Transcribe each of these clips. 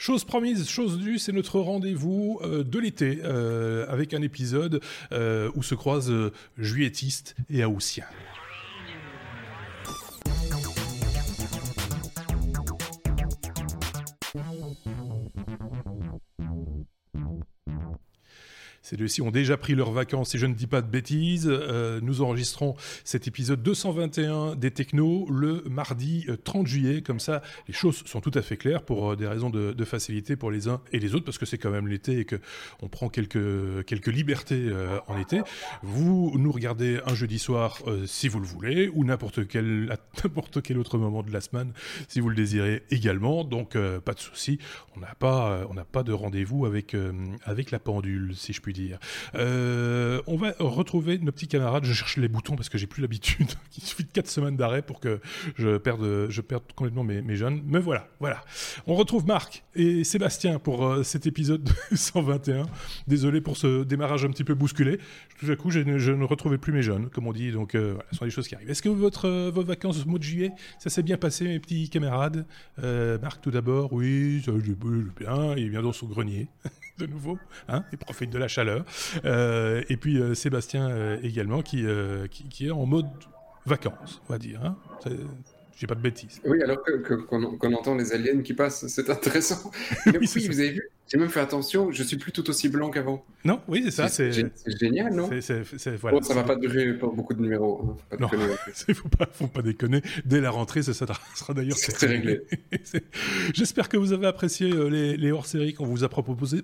Chose promise, chose due, c'est notre rendez-vous de l'été avec un épisode où se croisent juilletistes et haussiens. Ces deux-ci ont déjà pris leurs vacances, si je ne dis pas de bêtises. Nous enregistrons cet épisode 221 des Technos le mardi 30 juillet. Comme ça, les choses sont tout à fait claires pour des raisons de facilité pour les uns et les autres, parce que c'est quand même l'été et qu'on prend quelques libertés en été. Vous nous regardez un jeudi soir si vous le voulez, ou n'importe quel autre moment de la semaine si vous le désirez également. Donc, pas de souci. On n'a pas de rendez-vous avec la pendule, si je puis dire. On va retrouver nos petits camarades. Je cherche les boutons parce que j'ai plus l'habitude. Il suffit de 4 semaines d'arrêt pour que je perde complètement mes jeunes. Mais voilà. On retrouve Marc et Sébastien pour cet épisode 121. Désolé pour ce démarrage un petit peu bousculé. Tout à coup, je ne retrouvais plus mes jeunes, comme on dit. Donc, voilà, ce sont des choses qui arrivent. Est-ce que vos vacances au mois de juillet, ça s'est bien passé, mes petits camarades? Marc, tout d'abord. Oui, ça j'ai bien. Il est bien dans son grenier. De nouveau, hein, il profite de la chaleur. Et puis Sébastien également, qui est en mode vacances, on va dire. Hein. J'ai pas de bêtises. Oui, alors qu'on entend les aliens qui passent, c'est intéressant. Et donc, oui, vous avez vu, j'ai même fait attention, je suis plus tout aussi blanc qu'avant. Non, oui, c'est ça. C'est génial, non? Voilà, bon, ça va pas durer pour beaucoup de numéros. Hein, non, faut pas déconner. Dès la rentrée, ça sera d'ailleurs... C'est réglé. J'espère que vous avez apprécié les hors-séries qu'on vous a proposé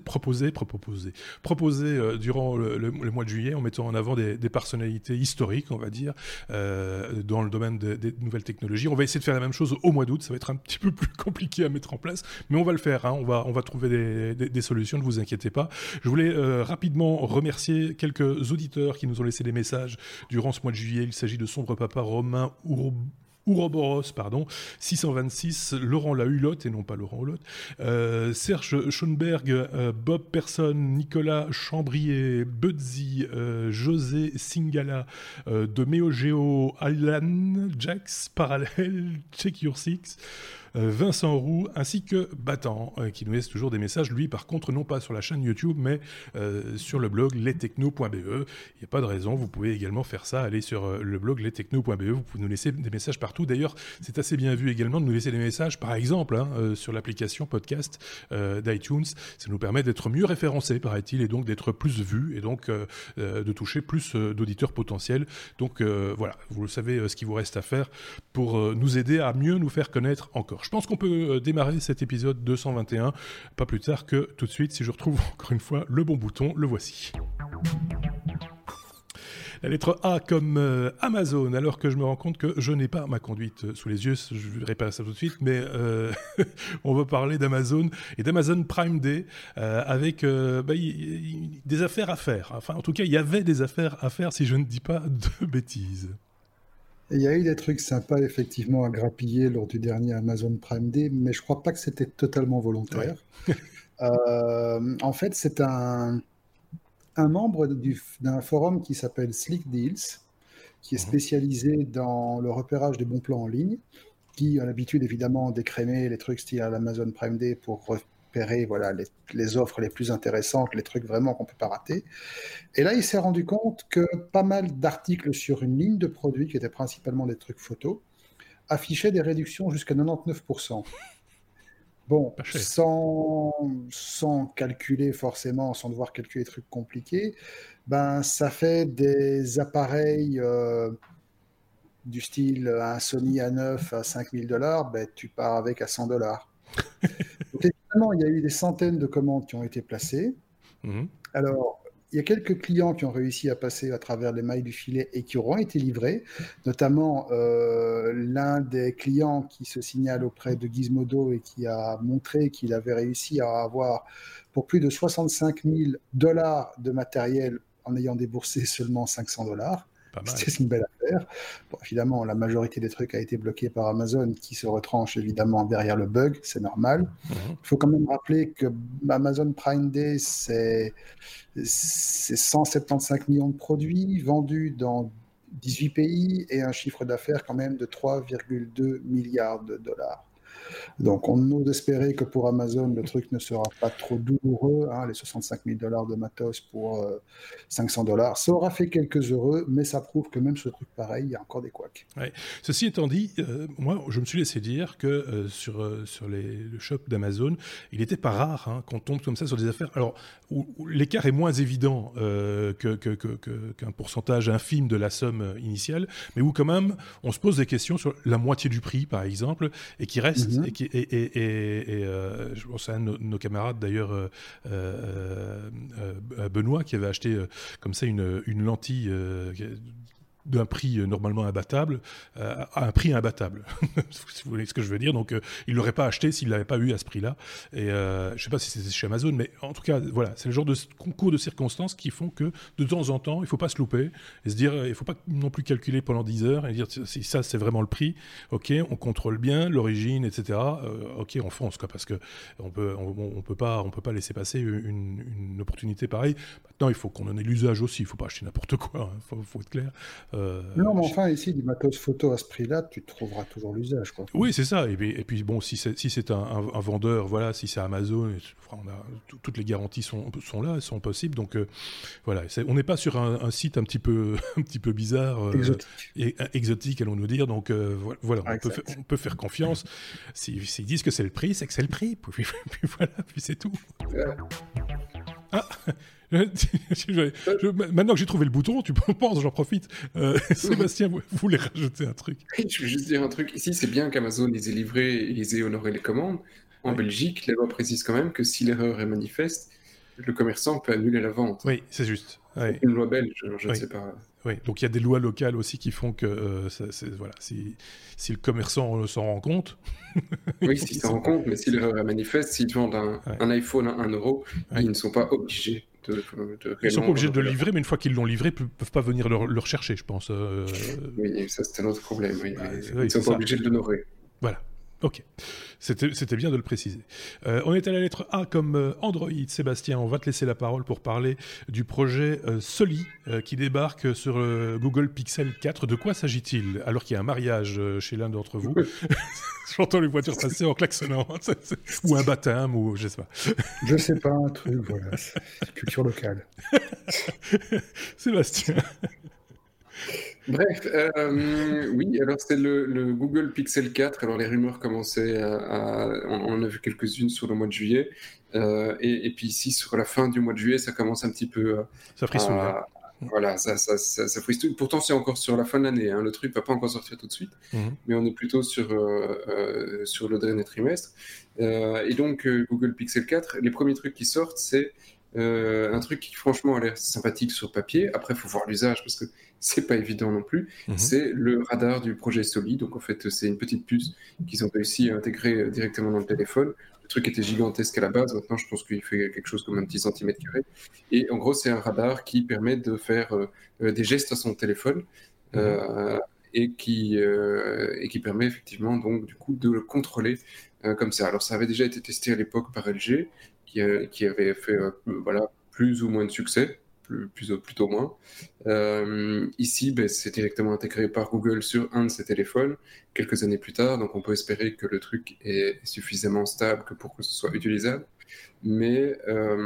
durant le mois de juillet, en mettant en avant des personnalités historiques, on va dire, dans le domaine des nouvelles technologies. On va essayer de faire la même chose au mois d'août. Ça va être un petit peu plus compliqué à mettre en place, mais on va le faire. Hein. On va trouver des solutions, ne vous inquiétez pas. Je voulais rapidement remercier quelques auditeurs qui nous ont laissé des messages durant ce mois de juillet. Il s'agit de Sombre Papa, Romain Ouroboros, 626, Laurent Lahulotte, et non pas Laurent Houlotte, Serge Schoenberg, Bob Person, Nicolas Chambrier, Budzi, José Singala, de Méogéo, Alan, Jax, Parallèle, Check Your Six, Vincent Roux, ainsi que Battant, qui nous laisse toujours des messages, lui par contre non pas sur la chaîne YouTube, mais sur le blog lestechno.be. Il n'y a pas de raison, vous pouvez également faire ça, aller sur le blog lestechno.be, vous pouvez nous laisser des messages partout. D'ailleurs, c'est assez bien vu également de nous laisser des messages, par exemple, sur l'application podcast d'iTunes. Ça nous permet d'être mieux référencés, paraît-il, et donc d'être plus vus, et donc de toucher plus d'auditeurs potentiels. Donc voilà, vous savez ce qu'il vous reste à faire pour nous aider à mieux nous faire connaître encore. Je pense qu'on peut démarrer cet épisode 221, pas plus tard que tout de suite, si je retrouve encore une fois le bon bouton, le voici. La lettre A comme Amazon, alors que je me rends compte que je n'ai pas ma conduite sous les yeux, je répare ça tout de suite, mais on va parler d'Amazon et d'Amazon Prime Day avec des affaires à faire. Enfin, en tout cas, il y avait des affaires à faire si je ne dis pas de bêtises. Il y a eu des trucs sympas, effectivement, à grappiller lors du dernier Amazon Prime Day, mais je ne crois pas que c'était totalement volontaire. Ouais. En fait, c'est un membre d'un forum qui s'appelle Slick Deals, qui est spécialisé dans le repérage des bons plans en ligne, qui a l'habitude, évidemment, d'écrémer les trucs style à l'Amazon Prime Day pour repérer les offres les plus intéressantes, les trucs vraiment qu'on ne peut pas rater. Et là, il s'est rendu compte que pas mal d'articles sur une ligne de produits, qui étaient principalement des trucs photos, affichaient des réductions jusqu'à 99%. Bon, sans calculer forcément, sans devoir calculer des trucs compliqués, ben, ça fait des appareils du style un Sony A9 à $5 000, ben, tu pars avec à $100. Donc, évidemment, il y a eu des centaines de commandes qui ont été placées. Alors, il y a quelques clients qui ont réussi à passer à travers les mailles du filet et qui auront été livrés, notamment l'un des clients qui se signale auprès de Gizmodo et qui a montré qu'il avait réussi à avoir pour plus de $65 000 de matériel en ayant déboursé seulement $500. C'est une belle affaire. Bon, évidemment, la majorité des trucs a été bloquée par Amazon, qui se retranche évidemment derrière le bug, c'est normal. Il faut quand même rappeler que Amazon Prime Day, c'est 175 millions de produits vendus dans 18 pays et un chiffre d'affaires quand même de 3,2 milliards de dollars. Donc, on ose espérer que pour Amazon, le truc ne sera pas trop douloureux. Les 65 000 $ de matos pour 500 $. Ça aura fait quelques heureux, mais ça prouve que même ce truc pareil, il y a encore des couacs. Ouais. Ceci étant dit, moi, je me suis laissé dire que sur le shop d'Amazon, il n'était pas rare qu'on tombe comme ça sur des affaires. Alors, où l'écart est moins évident qu'un pourcentage infime de la somme initiale, mais où quand même, on se pose des questions sur la moitié du prix, par exemple, et qui reste. Je pense à un de nos camarades, d'ailleurs, Benoît, qui avait acheté comme ça une lentille d'un prix normalement imbattable à un prix imbattable, si vous voyez ce que je veux dire. Donc, il l'aurait pas acheté s'il l'avait pas eu à ce prix-là. Et je sais pas si c'était chez Amazon, mais en tout cas, voilà, c'est le genre de concours de circonstances qui font que de temps en temps, il faut pas se louper et se dire, il faut pas non plus calculer pendant 10 heures et dire si ça c'est vraiment le prix. Ok, on contrôle bien l'origine, etc. Ok, on fonce quoi, parce que on peut pas laisser passer une opportunité pareille. Maintenant, il faut qu'on en ait l'usage aussi. Il faut pas acheter n'importe quoi. Faut être clair. Non, mais enfin, ici, du matos photo à ce prix-là, tu trouveras toujours l'usage, quoi. Oui, c'est ça. Et puis bon, si c'est un vendeur, voilà, si c'est Amazon, toutes les garanties sont là, elles sont possibles. Donc voilà, on n'est pas sur un site un petit peu bizarre, exotique, allons nous dire. Donc voilà, on peut faire confiance. S'ils disent que c'est le prix, c'est que c'est le prix. Puis voilà, puis c'est tout. Ah. Maintenant que j'ai trouvé le bouton, tu penses, j'en profite. Sébastien, vous voulez rajouter un truc? Je veux juste dire un truc. Ici, c'est bien qu'Amazon les ait livrés et les ait honoré les commandes. En Belgique, la loi précise quand même que si l'erreur est manifeste, le commerçant peut annuler la vente. Oui, c'est juste. C'est une loi belge, je ne sais pas. Oui, donc il y a des lois locales aussi qui font que voilà, si le commerçant s'en rend compte. Oui, s'il s'en rend compte, mais si l'erreur est manifeste, s'ils vendent un iPhone à 1 €, ils ne sont pas obligés ils sont pas obligés de le livrer, mais une fois qu'ils l'ont livré, ils ne peuvent pas venir le rechercher, je pense. Oui, ça c'est un autre problème. Oui. Ils ne sont pas obligés de l'honorer. Voilà. Ok, c'était bien de le préciser. On est à la lettre A comme Android. Sébastien, on va te laisser la parole pour parler du projet Soli qui débarque sur Google Pixel 4. De quoi s'agit-il? Alors qu'il y a un mariage chez l'un d'entre vous. J'entends les voitures passer en klaxonnant. Ou un baptême, ou je sais pas. Je sais pas, un truc, voilà. C'est culture locale. Sébastien. Bref, oui, alors c'était le Google Pixel 4. Alors les rumeurs commençaient on en a vu quelques-unes sur le mois de juillet. Et puis ici, sur la fin du mois de juillet, ça commence un petit peu ça frissouille. Voilà, ça frissouille. Pourtant, c'est encore sur la fin de l'année. Le truc ne va pas encore sortir tout de suite. Mais on est plutôt sur le dernier trimestre. Et donc, Google Pixel 4, les premiers trucs qui sortent, c'est un truc qui franchement a l'air sympathique sur papier. Après, il faut voir l'usage parce que c'est pas évident non plus. C'est le radar du projet Soli. Donc en fait, c'est une petite puce qu'ils ont réussi à intégrer directement dans le téléphone. Le truc était gigantesque à la base. Maintenant, je pense qu'il fait quelque chose comme un petit centimètre carré. Et en gros, c'est un radar qui permet de faire des gestes à son téléphone et qui permet effectivement donc du coup de le contrôler comme ça. Alors ça avait déjà été testé à l'époque par LG qui avait fait plus ou moins de succès, plutôt moins. Ici, c'est directement intégré par Google sur un de ses téléphones quelques années plus tard, donc on peut espérer que le truc est suffisamment stable pour que ce soit utilisable. Mais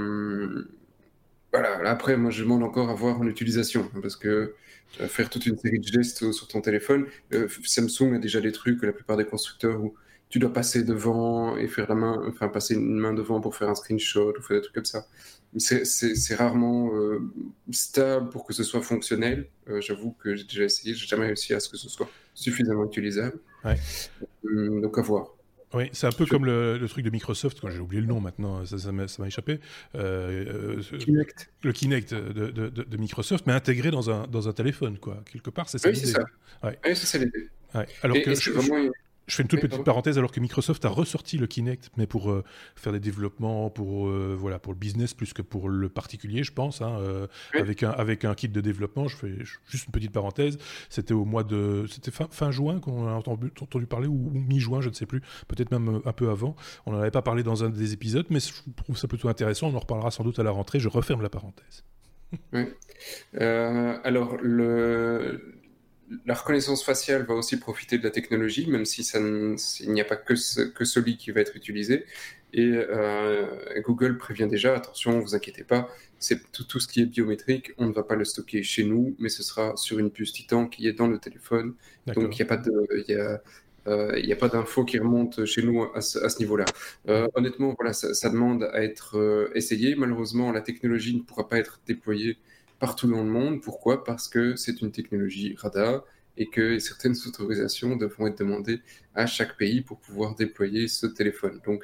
voilà, après, moi je demande encore à voir en utilisation, parce que faire toute une série de gestes sur ton téléphone, Samsung a déjà des trucs, la plupart des constructeurs où tu dois passer devant et passer une main devant pour faire un screenshot ou faire des trucs comme ça. C'est rarement stable pour que ce soit fonctionnel. J'avoue que j'ai déjà essayé, j'ai jamais réussi à ce que ce soit suffisamment utilisable. Ouais. Donc à voir. Oui, c'est un peu comme le truc de Microsoft, quand j'ai oublié le nom maintenant, ça m'a échappé. Kinect. Le Kinect de Microsoft, mais intégré dans un téléphone, quoi. Quelque part, c'est ça l'idée. Oui, c'est ça. Ouais. Oui, c'est ça l'idée. Ouais. Alors que je fais une toute petite parenthèse, alors que Microsoft a ressorti le Kinect, mais pour faire des développements, pour le business plus que pour le particulier, je pense, avec un kit de développement. Je fais juste une petite parenthèse. C'était c'était fin juin qu'on a entendu parler, ou mi-juin, je ne sais plus, peut-être même un peu avant. On n'en avait pas parlé dans un des épisodes, mais je trouve ça plutôt intéressant. On en reparlera sans doute à la rentrée. Je referme la parenthèse. Oui. Alors, la reconnaissance faciale va aussi profiter de la technologie, même si il n'y a pas que celui qui va être utilisé. Et Google prévient déjà, attention, vous inquiétez pas, c'est tout ce qui est biométrique, on ne va pas le stocker chez nous, mais ce sera sur une puce Titan qui est dans le téléphone. D'accord. Donc il n'y a pas d'infos qui remontent chez nous à ce niveau-là. Honnêtement, voilà, ça demande à être essayé. Malheureusement, la technologie ne pourra pas être déployée partout dans le monde. Pourquoi ? Parce que c'est une technologie radar et que certaines autorisations devront être demandées à chaque pays pour pouvoir déployer ce téléphone. Donc,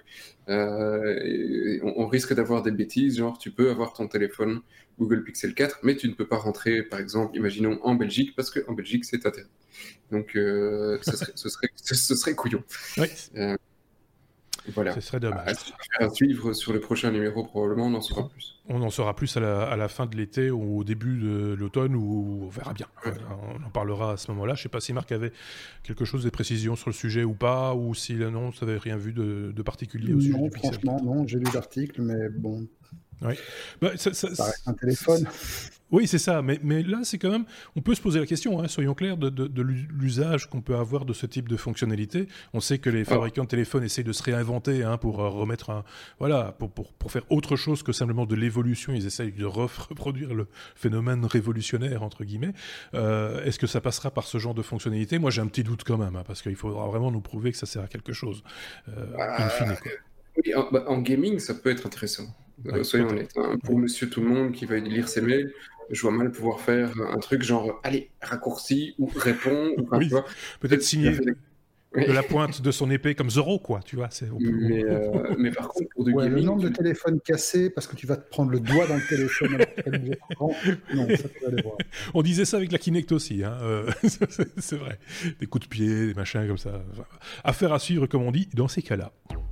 on risque d'avoir des bêtises, genre tu peux avoir ton téléphone Google Pixel 4, mais tu ne peux pas rentrer, par exemple, imaginons en Belgique, parce qu'en Belgique, c'est interdit. Donc, ce serait couillon. Oui. Voilà. Ce serait dommage. À suivre sur le prochain numéro, probablement, on en saura plus. On en saura plus à la fin de l'été ou au début de l'automne, ou on verra bien. On en parlera à ce moment-là. Je ne sais pas si Marc avait quelque chose de précision sur le sujet ou pas, ou si l'annonce n'avait rien vu de particulier au sujet du Pixel. Franchement, non, j'ai lu l'article, mais bon... Oui. Ça reste un téléphone. Oui, c'est ça. Mais là, c'est quand même... On peut se poser la question, hein, soyons clairs, de l'usage qu'on peut avoir de ce type de fonctionnalité. On sait que les fabricants de téléphones essayent de se réinventer pour remettre pour faire autre chose que simplement de l'évolution. Ils essayent de reproduire le phénomène révolutionnaire, entre guillemets. Est-ce que ça passera par ce genre de fonctionnalité ? Moi, j'ai un petit doute quand même, parce qu'il faudra vraiment nous prouver que ça sert à quelque chose. In fine, quoi. Oui, en gaming, ça peut être intéressant. Soyons honnêtes. Pour monsieur tout le monde qui va lire ses mails, je vois mal pouvoir faire un truc genre, allez, raccourci ou réponds. Oui, tu vois, peut-être signer de la pointe de son épée comme Zorro, quoi, tu vois. Mais par contre, pour du gaming... Le nombre de téléphones cassés parce que tu vas te prendre le doigt dans le téléphone non, ça peut aller voir. On disait ça avec la Kinect aussi, hein. C'est vrai. Des coups de pied, des machins comme ça. Affaire à suivre, comme on dit, dans ces cas-là.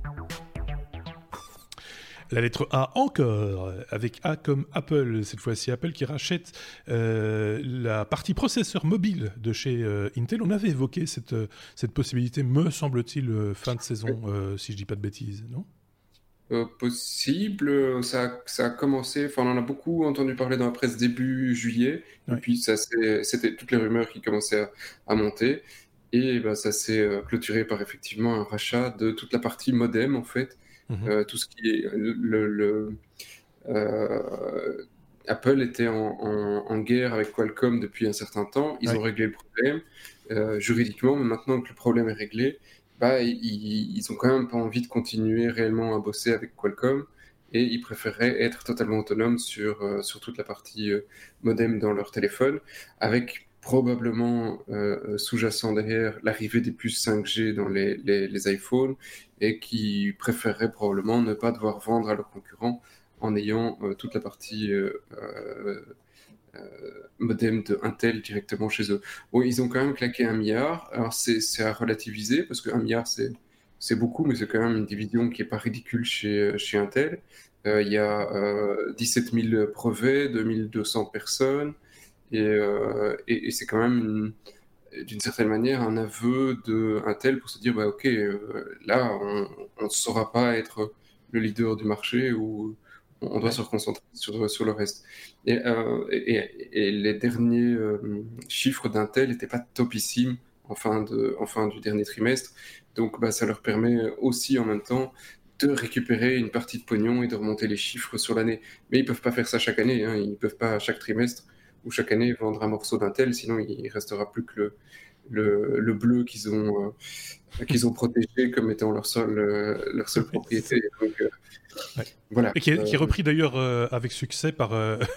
La lettre A encore, avec A comme Apple, cette fois-ci Apple qui rachète la partie processeur mobile de chez Intel. On avait évoqué cette possibilité, me semble-t-il, fin de saison, si je dis pas de bêtises, non ? Possible, ça a commencé, on en a beaucoup entendu parler dans la presse début juillet, et puis c'était toutes les rumeurs qui commençaient à monter, et ça s'est clôturé par effectivement un rachat de toute la partie modem en fait. Tout ce qui est Apple était en guerre avec Qualcomm depuis un certain temps. Ils ont réglé le problème juridiquement, mais maintenant que le problème est réglé, ils ont quand même pas envie de continuer réellement à bosser avec Qualcomm et ils préféreraient être totalement autonomes sur toute la partie modem dans leur téléphone, avec probablement sous-jacent derrière l'arrivée des puces 5G dans les iPhones, et qui préféreraient probablement ne pas devoir vendre à leurs concurrents en ayant toute la partie modem de Intel directement chez eux. Bon, ils ont quand même claqué 1 milliard, alors c'est à relativiser, parce que 1 milliard c'est beaucoup, mais c'est quand même une division qui n'est pas ridicule chez Intel. Il y a 17 000 brevets, 2200 personnes, et c'est quand même d'une certaine manière un aveu de Intel pour se dire ok, là on ne saura pas être le leader du marché, ou on doit se reconcentrer sur le reste. Et les derniers chiffres d'Intel n'étaient pas topissimes en fin du dernier trimestre, donc ça leur permet aussi en même temps de récupérer une partie de pognon et de remonter les chiffres sur l'année. Mais ils ne peuvent pas faire ça chaque année, hein. Ils ne peuvent pas chaque trimestre ou chaque année vendre un morceau d'Intel, sinon il ne restera plus que le bleu qu'ils ont protégé comme étant leur seule propriété. Donc, voilà. Et qui est repris d'ailleurs avec succès par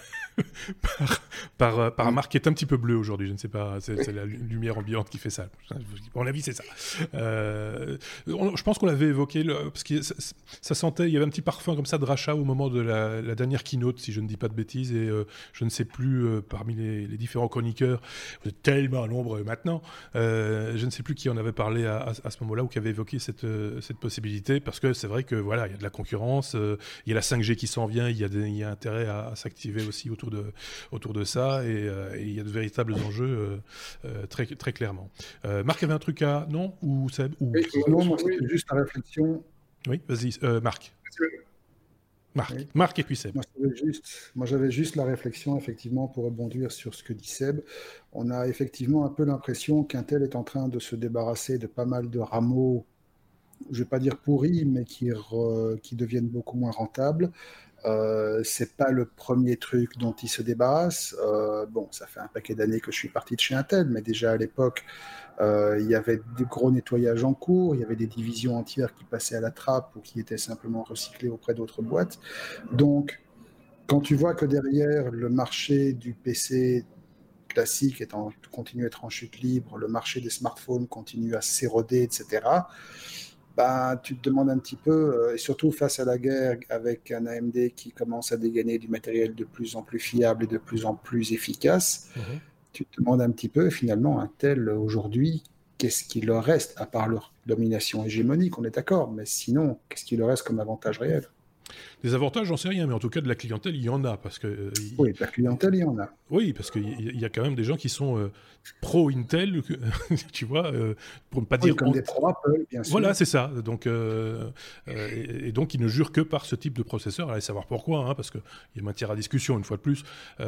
Marc, qui est un petit peu bleu aujourd'hui, je ne sais pas, c'est la lumière ambiante qui fait ça. À mon avis, c'est ça. Je pense qu'on l'avait évoqué, parce que ça sentait, il y avait un petit parfum comme ça de rachat au moment de la dernière keynote, si je ne dis pas de bêtises, et je ne sais plus, parmi les différents chroniqueurs, vous êtes tellement nombreux maintenant, je ne sais plus qui en avait parlé à ce moment-là, ou qui avait évoqué cette possibilité, parce que c'est vrai que voilà, il y a de la concurrence, il y a la 5G qui s'en vient, il y a intérêt à s'activer aussi autour de ça, et il y a de véritables enjeux très, très clairement. Marc avait un truc à... Non ou Seb ou... Non, moi c'était juste la réflexion. Oui, vas-y, Marc. Marc et puis Seb. Moi, j'avais juste la réflexion, effectivement, pour rebondir sur ce que dit Seb. On a effectivement un peu l'impression qu'Intel est en train de se débarrasser de pas mal de rameaux, je ne vais pas dire pourris, mais qui deviennent beaucoup moins rentables. C'est pas le premier truc dont il se débarrasse. Bon, ça fait un paquet d'années que je suis parti de chez Intel, mais déjà à l'époque, il y avait de gros nettoyages en cours, il y avait des divisions entières qui passaient à la trappe ou qui étaient simplement recyclées auprès d'autres boîtes. Donc, quand tu vois que derrière le marché du PC classique continue à être en chute libre, le marché des smartphones continue à s'éroder, etc., bah, tu te demandes un petit peu, et surtout face à la guerre avec un AMD qui commence à dégainer du matériel de plus en plus fiable et de plus en plus efficace, tu te demandes un petit peu, finalement, Intel, aujourd'hui, qu'est-ce qu'il leur reste, à part leur domination hégémonique, on est d'accord, mais sinon, qu'est-ce qu'il leur reste comme avantage réel ? Des avantages, j'en sais rien, mais en tout cas, de la clientèle, il y en a. Parce que, oui, de la clientèle, il y en a. Oui, parce qu'il y a quand même des gens qui sont pro-Intel, tu vois, pour ne pas dire... Comme des pro-Apple, bien sûr. Voilà, c'est ça. Donc, et donc, ils ne jurent que par ce type de processeur. Allez savoir pourquoi, hein, parce qu'il y a matière à discussion, une fois de plus,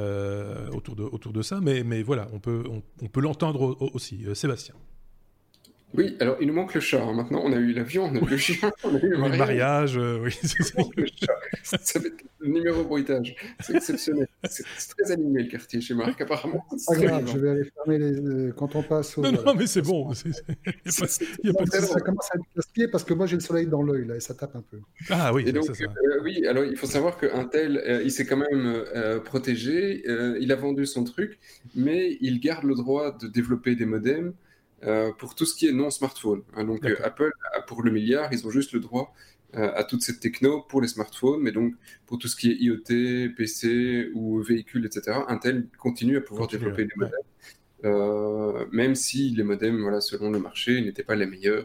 autour de ça. Mais voilà, on peut l'entendre aussi. Sébastien. Oui, alors il nous manque le chat. Hein. Maintenant, on a eu l'avion, on a eu le chien, on a eu le mariage. Oui, c'est ça. Le chat. Ça va être le numéro bruitage. C'est exceptionnel. C'est très animé le quartier chez Marc, apparemment. Pas grave, je vais aller fermer les... quand on passe au... Non, mais c'est bon. Ça commence à être casse-pied parce que moi j'ai le soleil dans l'œil là et ça tape un peu. Ah oui, et donc, ça. Oui, alors il faut savoir que Intel, il s'est quand même protégé. Il a vendu son truc, mais il garde le droit de développer des modems. Pour tout ce qui est non-smartphone. Hein, donc Apple, pour le milliard, ils ont juste le droit à toute cette techno pour les smartphones, mais donc pour tout ce qui est IoT, PC ou véhicules, etc., Intel continue à pouvoir développer des modems, même si les modems, voilà, selon le marché, n'étaient pas les meilleurs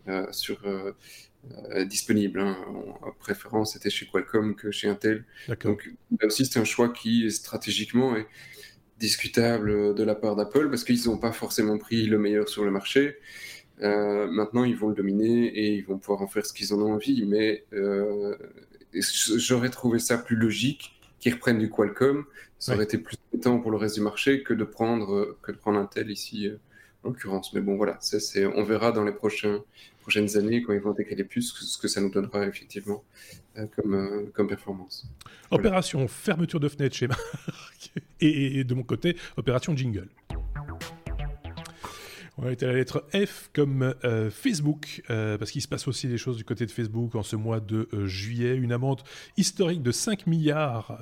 disponibles. Hein. En préférence, c'était chez Qualcomm que chez Intel. Donc là aussi, c'est un choix qui, stratégiquement, est discutable de la part d'Apple parce qu'ils n'ont pas forcément pris le meilleur sur le marché. Maintenant, ils vont le dominer et ils vont pouvoir en faire ce qu'ils en ont envie. Mais j'aurais trouvé ça plus logique qu'ils reprennent du Qualcomm. Ça aurait été plus compétent pour le reste du marché que de prendre Intel ici, en l'occurrence. Mais bon, voilà, on verra dans les prochaines années, quand ils vont intégrer les puces, ce que ça nous donnera effectivement comme performance. Opération fermeture de fenêtre chez Marc. Et de mon côté, opération jingle. On est à la lettre F comme Facebook, parce qu'il se passe aussi des choses du côté de Facebook en ce mois de juillet. Une amende historique de 5 milliards.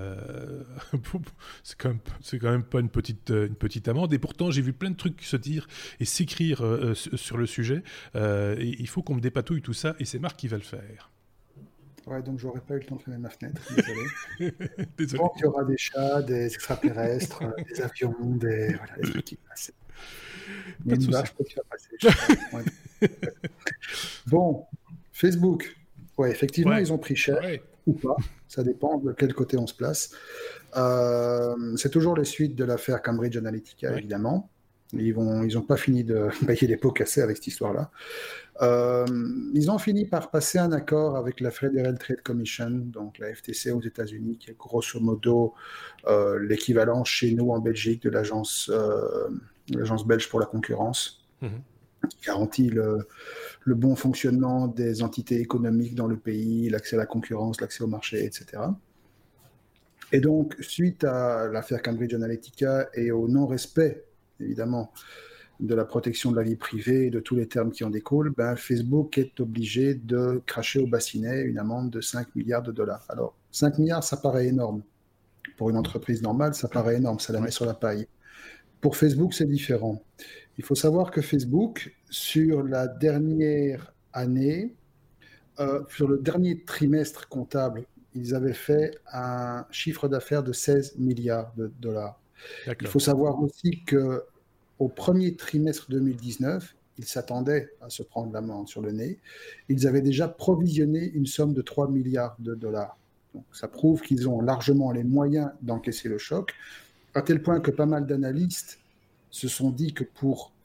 C'est quand même pas une petite amende. Et pourtant, j'ai vu plein de trucs se dire et s'écrire sur le sujet. Et il faut qu'on me dépatouille tout ça, et c'est Marc qui va le faire. Ouais, donc j'aurais pas eu le temps de fermer ma fenêtre, désolé. Désolé. Donc il y aura des chats, des extraterrestres, des avions, des trucs qui passent. Il y a une vache qui va passer. Bon, Facebook. Ouais, effectivement, ils ont pris cher ou pas. Ça dépend de quel côté on se place. C'est toujours les suites de l'affaire Cambridge Analytica, évidemment. Ils n'ont pas fini de payer les pots cassés avec cette histoire-là. Ils ont fini par passer un accord avec la Federal Trade Commission, donc la FTC aux États-Unis, qui est grosso modo l'équivalent chez nous en Belgique de l'agence belge pour la concurrence, qui garantit le bon fonctionnement des entités économiques dans le pays, l'accès à la concurrence, l'accès au marché, etc. Et donc, suite à l'affaire Cambridge Analytica et au non-respect, évidemment, de la protection de la vie privée et de tous les termes qui en découlent, Facebook est obligé de cracher au bassinet une amende de 5 milliards de dollars. Alors, 5 milliards, ça paraît énorme. Pour une entreprise normale, ça paraît énorme, ça la met sur la paille. Pour Facebook, c'est différent. Il faut savoir que Facebook, sur la dernière année, sur le dernier trimestre comptable, ils avaient fait un chiffre d'affaires de 16 milliards de dollars. Il faut savoir aussi qu'au premier trimestre 2019, ils s'attendaient à se prendre l'amende sur le nez. Ils avaient déjà provisionné une somme de 3 milliards de dollars. Donc, ça prouve qu'ils ont largement les moyens d'encaisser le choc, à tel point que pas mal d'analystes se sont dit que pour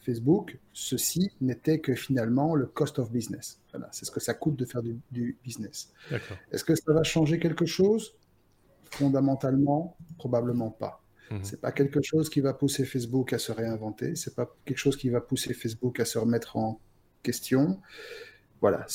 Facebook, ceci n'était que finalement le cost of business. Voilà, c'est ce que ça coûte de faire du business. D'accord. Est-ce que ça va changer quelque chose? Fondamentalement, probablement pas. C'est pas quelque chose qui va pousser Facebook à se réinventer. C'est pas quelque chose qui va pousser Facebook à se remettre en question. Voilà,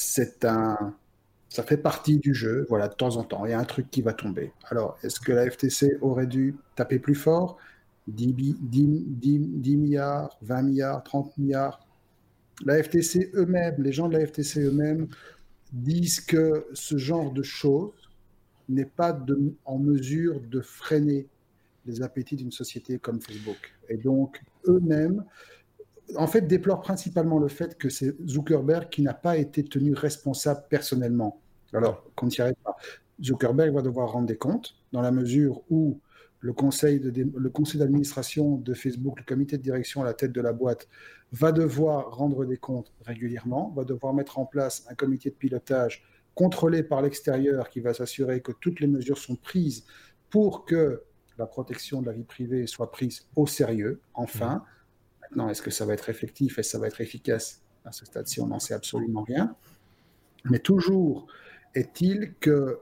ça fait partie du jeu. Voilà, de temps en temps, il y a un truc qui va tomber. Alors, est-ce que la FTC aurait dû taper plus fort? 10 milliards, 20 milliards, 30 milliards. La FTC eux-mêmes, les gens de la FTC eux-mêmes disent que ce genre de choses n'est pas en mesure de freiner les appétits d'une société comme Facebook. Et donc, eux-mêmes, en fait, déplorent principalement le fait que c'est Zuckerberg qui n'a pas été tenu responsable personnellement. Alors, qu'on n'y arrive pas. Zuckerberg va devoir rendre des comptes dans la mesure où le conseil d'administration de Facebook, le comité de direction à la tête de la boîte, va devoir rendre des comptes régulièrement, va devoir mettre en place un comité de pilotage contrôlé par l'extérieur qui va s'assurer que toutes les mesures sont prises pour que la protection de la vie privée soit prise au sérieux, enfin. Maintenant, est-ce que ça va être effectif et ça va être efficace? À ce stade-ci, on n'en sait absolument rien. Mais toujours est-il que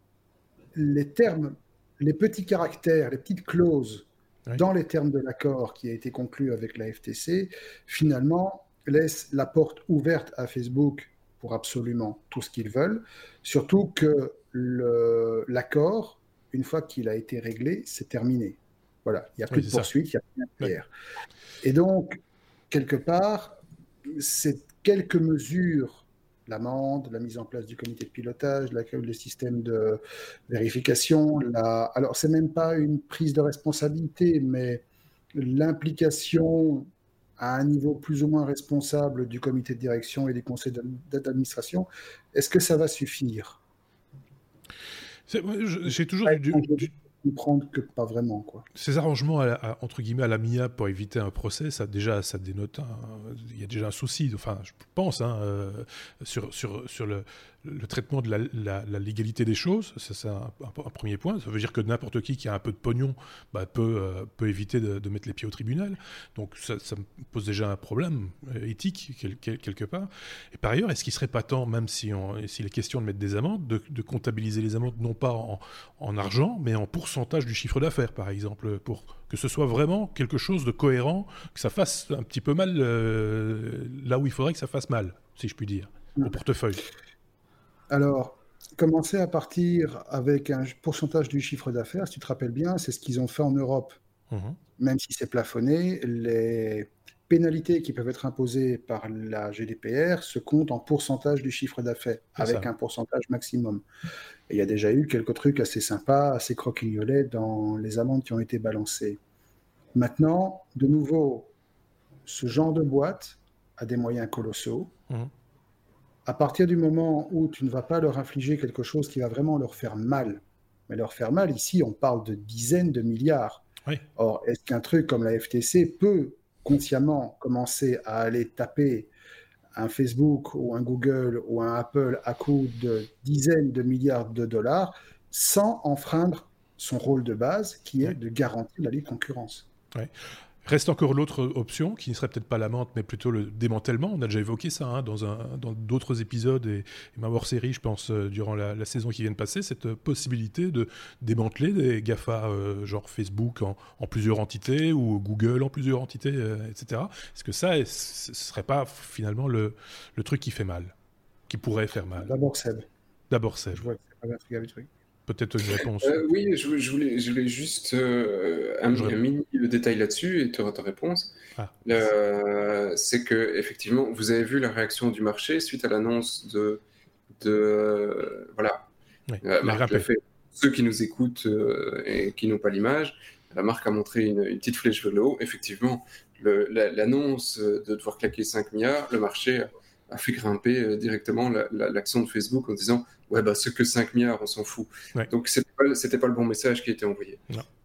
les termes, les petits caractères, les petites clauses dans les termes de l'accord qui a été conclu avec la FTC, finalement, laissent la porte ouverte à Facebook pour absolument tout ce qu'ils veulent, surtout que l'accord, une fois qu'il a été réglé, c'est terminé. Voilà, il n'y a plus de poursuite, il n'y a plus derrière. Et donc, quelque part, c'est quelques mesures, l'amende, la mise en place du comité de pilotage, le système de vérification, alors c'est même pas une prise de responsabilité, mais l'implication à un niveau plus ou moins responsable du comité de direction et des conseils d'administration, est-ce que ça va suffire? J'ai toujours comprendre que pas vraiment, quoi. Ces arrangements entre guillemets à l'amiable pour éviter un procès, ça dénote il y a déjà un souci, enfin je pense sur le traitement de la légalité des choses. C'est un premier point. Ça veut dire que n'importe qui a un peu de pognon peut éviter de mettre les pieds au tribunal. Donc ça me pose déjà un problème éthique quelque part. Et par ailleurs, est-ce qu'il ne serait pas temps, même s'il est question de mettre des amendes, de comptabiliser les amendes non pas en argent, mais en pourcentage du chiffre d'affaires, par exemple, pour que ce soit vraiment quelque chose de cohérent, que ça fasse un petit peu mal là où il faudrait que ça fasse mal, si je puis dire, au portefeuille. Alors, commencer à partir avec un pourcentage du chiffre d'affaires, si tu te rappelles bien, c'est ce qu'ils ont fait en Europe. Même si c'est plafonné, les pénalités qui peuvent être imposées par la GDPR se comptent en pourcentage du chiffre d'affaires, avec un pourcentage maximum. Et il y a déjà eu quelques trucs assez sympas, assez croquignolets dans les amendes qui ont été balancées. Maintenant, de nouveau, ce genre de boîte a des moyens colossaux. À partir du moment où tu ne vas pas leur infliger quelque chose qui va vraiment leur faire mal, mais leur faire mal, ici, on parle de dizaines de milliards. Or, est-ce qu'un truc comme la FTC peut consciemment commencer à aller taper un Facebook ou un Google ou un Apple à coût de dizaines de milliards de dollars sans enfreindre son rôle de base qui est de garantir la libre concurrence? Reste encore l'autre option, qui ne serait peut-être pas l'amende, mais plutôt le démantèlement. On a déjà évoqué ça dans d'autres épisodes et ma hors-série, je pense, durant la saison qui vient de passer, cette possibilité de démanteler des GAFA genre Facebook en plusieurs entités ou Google en plusieurs entités, etc. Est-ce que ça, ce ne serait pas finalement le truc qui fait mal, qui pourrait faire mal? D'abord Seb. Je vois que c'est pas bien truc avec truc. Peut-être une réponse. Oui, je voulais juste un mini détail là-dessus et tu auras ta réponse. C'est que effectivement, vous avez vu la réaction du marché suite à l'annonce voilà. Marc l'a fait. Ceux qui nous écoutent et qui n'ont pas l'image, la marque a montré une petite flèche vers le haut. Effectivement, l'annonce de devoir claquer 5 milliards, le marché a fait grimper directement l'action de Facebook en disant ce que 5 milliards, on s'en fout. Donc c'était pas le bon message qui a été envoyé.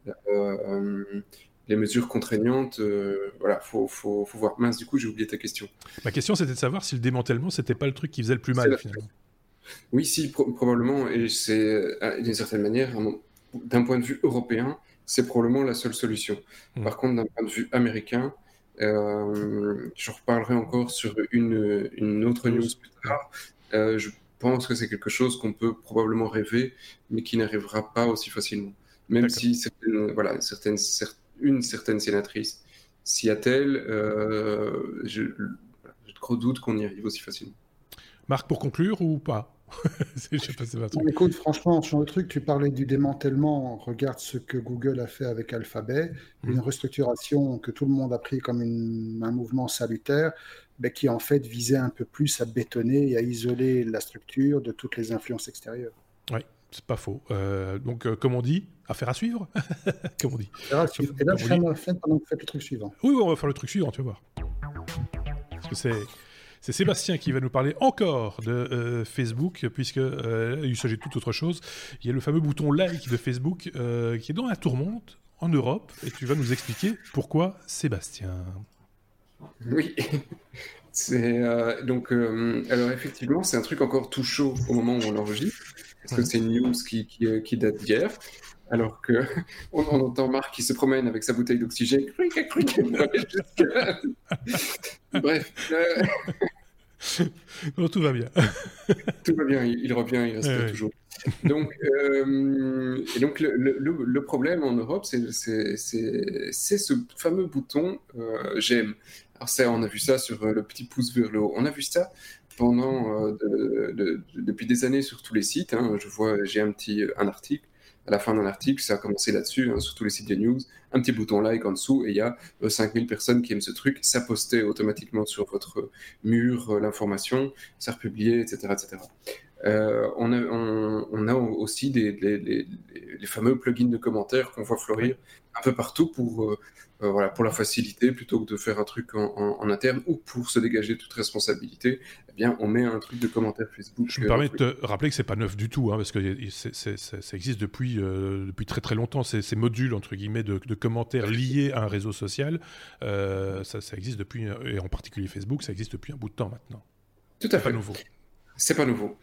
Les mesures contraignantes, faut voir. Mince, du coup, j'ai oublié ta question. Ma question, c'était de savoir si le démantèlement, c'était pas le truc qui faisait le plus mal, finalement. Oui, si, probablement, et c'est d'une certaine manière, d'un point de vue européen, c'est probablement la seule solution. Par contre, d'un point de vue américain, Je reparlerai encore sur une autre news plus tard. Je pense que c'est quelque chose qu'on peut probablement rêver, mais qui n'arrivera pas aussi facilement. Même si une certaine sénatrice s'y attelle, j'ai de gros doutes qu'on y arrive aussi facilement. Marc, pour conclure ou pas? Je sais pas, c'est pas truc. Écoute, franchement, sur le truc, tu parlais du démantèlement. Regarde ce que Google a fait avec Alphabet, une restructuration que tout le monde a pris comme un mouvement salutaire, mais qui en fait visait un peu plus à bétonner et à isoler la structure de toutes les influences extérieures. Oui, c'est pas faux. Donc, comme on dit, affaire à suivre. Comme on dit. Et là, faites pendant que vous faites le truc suivant. Oui, on va faire le truc suivant, tu vas voir. Parce que c'est Sébastien qui va nous parler encore de Facebook, puisqu'il s'agit de toute autre chose. Il y a le fameux bouton like de Facebook qui est dans la tourmente en Europe, et tu vas nous expliquer pourquoi, Sébastien. Oui, alors effectivement, c'est un truc encore tout chaud au moment où on l'enregistre, parce que c'est une news qui date d'hier. Alors que on entend Marc qui se promène avec sa bouteille d'oxygène. Bref. Non, tout va bien. Tout va bien, il revient, il reste toujours. Donc, le problème en Europe, c'est ce fameux bouton j'aime. Alors ça, on a vu ça sur le petit pouce vers le haut. On a vu ça depuis des années sur tous les sites. Hein. J'ai un article. À la fin d'un article, ça a commencé là-dessus, sur tous les sites de news, un petit bouton like en dessous, et il y a 5000 personnes qui aiment ce truc, ça postait automatiquement sur votre mur l'information, ça republiait, etc. etc. On a aussi les fameux plugins de commentaires qu'on voit fleurir un peu partout pour la facilité, plutôt que de faire un truc en interne ou pour se dégager toute responsabilité. Eh bien, on met un truc de commentaire Facebook. Je me permets de te rappeler que c'est pas neuf du tout, hein, parce que ça existe depuis très très longtemps. Ces modules entre guillemets de commentaires liés à un réseau social, ça existe depuis, et en particulier Facebook, ça existe depuis un bout de temps maintenant. Tout à fait. C'est pas nouveau. C'est pas nouveau.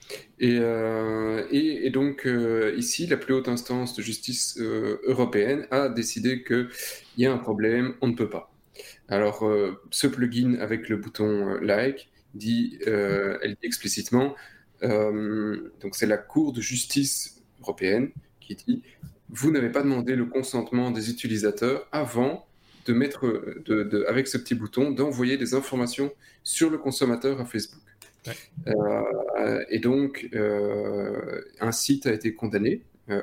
Et donc, ici, la plus haute instance de justice européenne a décidé qu'il y a un problème, on ne peut pas. Alors, ce plugin avec le bouton like elle dit explicitement, donc c'est la Cour de justice européenne qui dit « Vous n'avez pas demandé le consentement des utilisateurs avant de mettre, avec ce petit bouton, d'envoyer des informations sur le consommateur à Facebook. » Et donc, un site a été condamné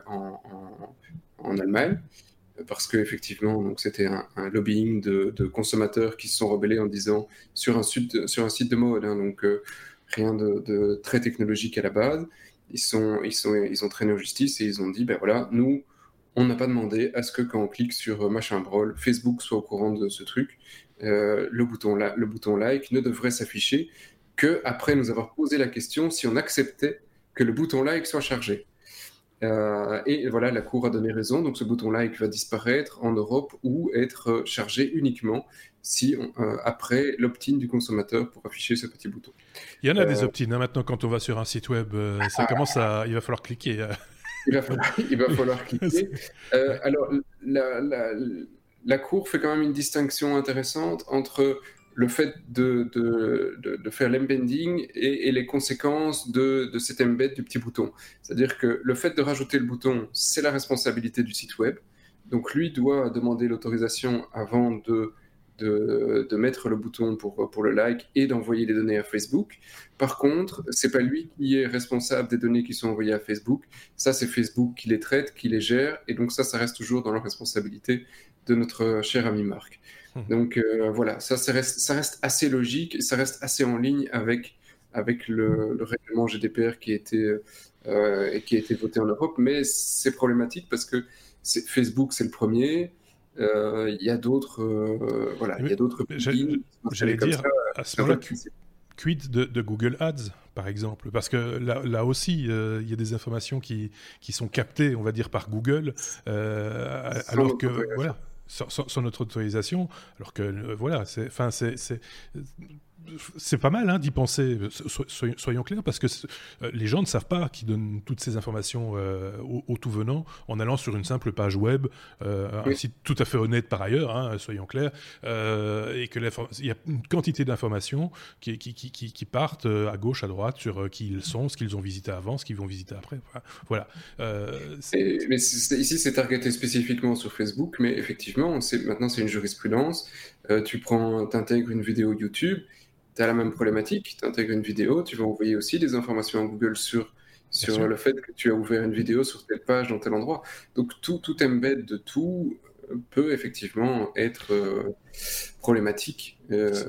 en Allemagne parce qu'effectivement, c'était un lobbying de consommateurs qui se sont rebellés en disant sur un site de mode, hein, donc rien de très technologique à la base. Ils ont traîné en justice et ils ont dit, ben voilà, nous, on n'a pas demandé à ce que quand on clique sur machin brol, Facebook soit au courant de ce truc. Le bouton like ne devrait s'afficher qu'après nous avoir posé la question si on acceptait que le bouton like soit chargé. Et voilà, la Cour a donné raison, donc ce bouton like va disparaître en Europe ou être chargé uniquement après l'opt-in du consommateur pour afficher ce petit bouton. Il y en a des opt-in, hein, maintenant quand on va sur un site web, il va falloir cliquer. Il va falloir cliquer. Alors, la Cour fait quand même une distinction intéressante entre le fait de faire l'embedding et les conséquences de cet embed du petit bouton. C'est-à-dire que le fait de rajouter le bouton, c'est la responsabilité du site web. Donc lui doit demander l'autorisation avant de mettre le bouton pour le like et d'envoyer les données à Facebook. Par contre, c'est pas lui qui est responsable des données qui sont envoyées à Facebook. Ça, c'est Facebook qui les traite, qui les gère, et donc ça reste toujours dans la responsabilité de notre cher ami Marc. Donc voilà, ça reste assez logique, ça reste assez en ligne avec le règlement GDPR qui a été voté en Europe, mais c'est problématique parce que Facebook, c'est le premier. Il y a d'autres plugins. J'allais dire, à ce moment-là, quid de Google Ads, par exemple? Parce que là aussi, il y a des informations qui sont captées, on va dire, par Google, alors que, voilà, sans notre autorisation, alors que, voilà, c'est pas mal d'y penser, soyons clairs, parce que les gens ne savent pas qu'ils donnent toutes ces informations au tout venant en allant sur une simple page web, un site tout à fait honnête par ailleurs, soyons clairs, et que il y a une quantité d'informations qui partent à gauche, à droite sur qui ils sont, ce qu'ils ont visité avant, ce qu'ils vont visiter après. Voilà. Mais ici, c'est targeté spécifiquement sur Facebook, mais effectivement, maintenant c'est une jurisprudence. Tu t'intègres une vidéo YouTube, tu as la même problématique, tu intègres une vidéo, tu vas envoyer aussi des informations à Google sur le fait que tu as ouvert une vidéo sur telle page dans tel endroit. Donc tout embed de tout peut effectivement être problématique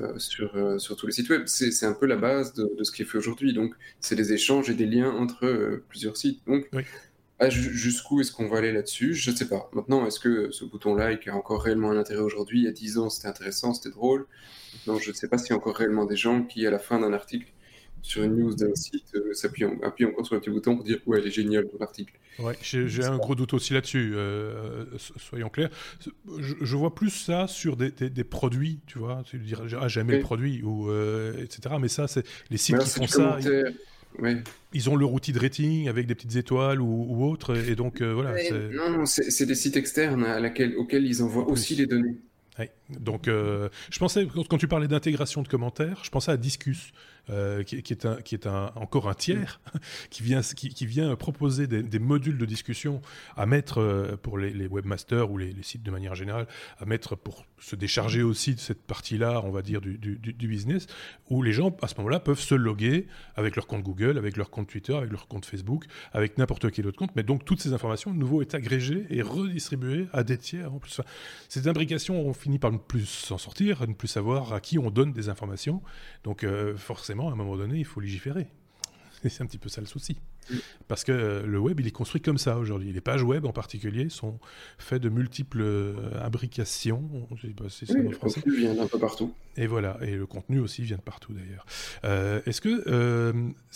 sur tous les sites web. C'est un peu la base de ce qui est fait aujourd'hui. Donc c'est des échanges et des liens entre plusieurs sites. Donc jusqu'où est-ce qu'on va aller là-dessus? Je ne sais pas. Maintenant, est-ce que ce bouton like a encore réellement un intérêt aujourd'hui? Il y a 10 ans, c'était intéressant, c'était drôle. Non, je ne sais pas s'il y a encore réellement des gens qui, à la fin d'un article, sur une news d'un site, appuient encore sur un petit bouton pour dire « Ouais, elle est géniale, ton article ». Ouais, j'ai un gros doute aussi là-dessus, soyons clairs. Je vois plus ça sur des produits, tu vois. Tu dirais « Ah, j'ai aimé le produit », ou etc. Mais ça, c'est les sites qui font ça. Ils ont leur outil de rating avec des petites étoiles ou autre, et donc voilà. Non, c'est des sites externes auxquels ils envoient aussi les données. Ouais. Donc, je pensais, quand tu parlais d'intégration de commentaires, je pensais à Disqus, qui est encore un tiers, qui vient proposer des modules de discussion à mettre pour les webmasters ou les sites de manière générale, à mettre pour se décharger aussi de cette partie-là, on va dire, du business, où les gens, à ce moment-là, peuvent se loguer avec leur compte Google, avec leur compte Twitter, avec leur compte Facebook, avec n'importe quel autre compte, mais donc toutes ces informations, de nouveau, est agrégées et redistribuées à des tiers en plus. Enfin, cette imbrication, on finit par ne plus s'en sortir, ne plus savoir à qui on donne des informations, donc forcément, à un moment donné, il faut légiférer. Et c'est un petit peu ça le souci. Parce que le web, il est construit comme ça aujourd'hui. Les pages web en particulier sont faites de multiples imbrications. Je sais pas si c'est le contenu vient d'un peu partout. Et voilà, et le contenu aussi vient de partout d'ailleurs. Est-ce que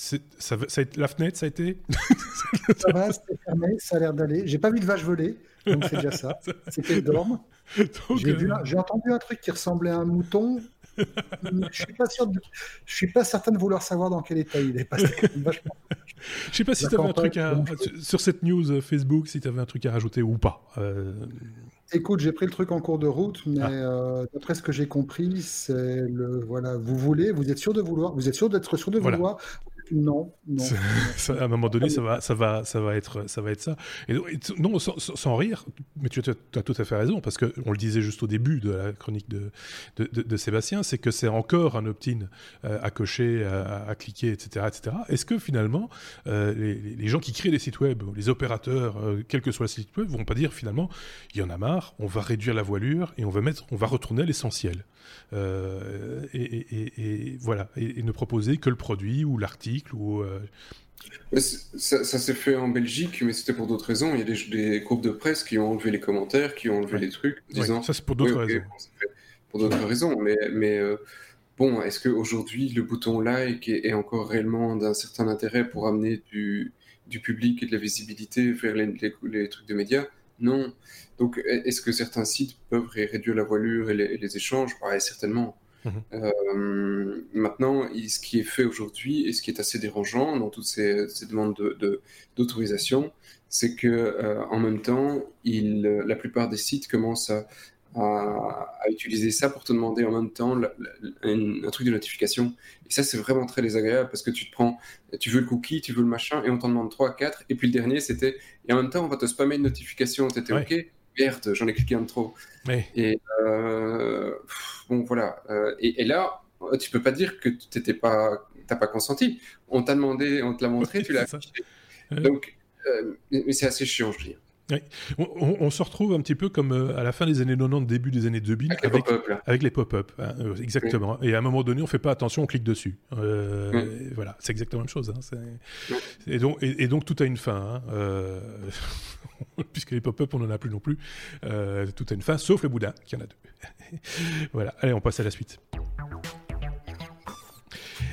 la fenêtre, ça a été Ça va, c'était fermé, ça a l'air d'aller. J'ai pas vu de vache voler, donc c'est déjà ça. C'était le dorme. J'ai entendu un truc qui ressemblait à un mouton. Je suis pas certain de vouloir savoir dans quel état il est. Parce que vachement... Je sais pas si tu avais un truc sur cette news Facebook, si tu avais un truc à rajouter ou pas. Écoute, j'ai pris le truc en cours de route, mais d'après ce que j'ai compris, c'est voilà, vous êtes sûr d'être sûr de vouloir. Non. À un moment donné, ça va être ça. Et non, sans rire, mais tu as tout à fait raison, parce qu'on le disait juste au début de la chronique de Sébastien, c'est que c'est encore un opt-in à cocher, à cliquer, etc. Est-ce que finalement, les gens qui créent des sites web, les opérateurs, quel que soit le site web, vont pas dire finalement, il y en a marre, on va réduire la voilure et on va retourner à l'essentiel. Et voilà, et ne proposer que le produit ou l'article ou ça s'est fait en Belgique, mais c'était pour d'autres raisons. Il y a des groupes de presse qui ont enlevé les commentaires, qui ont enlevé les trucs, disant ça c'est pour d'autres raisons. Pour d'autres raisons, mais bon, est-ce qu'aujourd'hui le bouton like est encore réellement d'un certain intérêt pour amener du public et de la visibilité vers les trucs de médias? Non. Donc, est-ce que certains sites peuvent réduire la voilure et les échanges? Ouais, certainement. Maintenant, ce qui est fait aujourd'hui et ce qui est assez dérangeant dans toutes ces demandes d'autorisation, c'est que en même temps, la plupart des sites commencent à utiliser ça pour te demander en même temps un truc de notification. Et ça, c'est vraiment très désagréable parce que tu veux le cookie, tu veux le machin, et on t'en demande 3, 4, et puis le dernier, c'était, et en même temps, on va te spammer une notification, t'étais OK? Merde, j'en ai cliqué un de trop. Et bon, voilà. Et là, tu peux pas dire que t'as pas consenti. On t'a demandé, on te l'a montré, tu l'as affiché. Donc, mais c'est assez chiant, je veux dire. Oui. On se retrouve un petit peu comme à la fin des années 90, début des années 2000, avec les pop-up. Exactement. Oui. Et à un moment donné, on fait pas attention, on clique dessus. Voilà, c'est exactement la même chose. Et donc, tout a une fin. Puisque les pop-up, on n'en a plus non plus. Tout a une fin, sauf le boudin, qui en a deux. Voilà. Allez, on passe à la suite.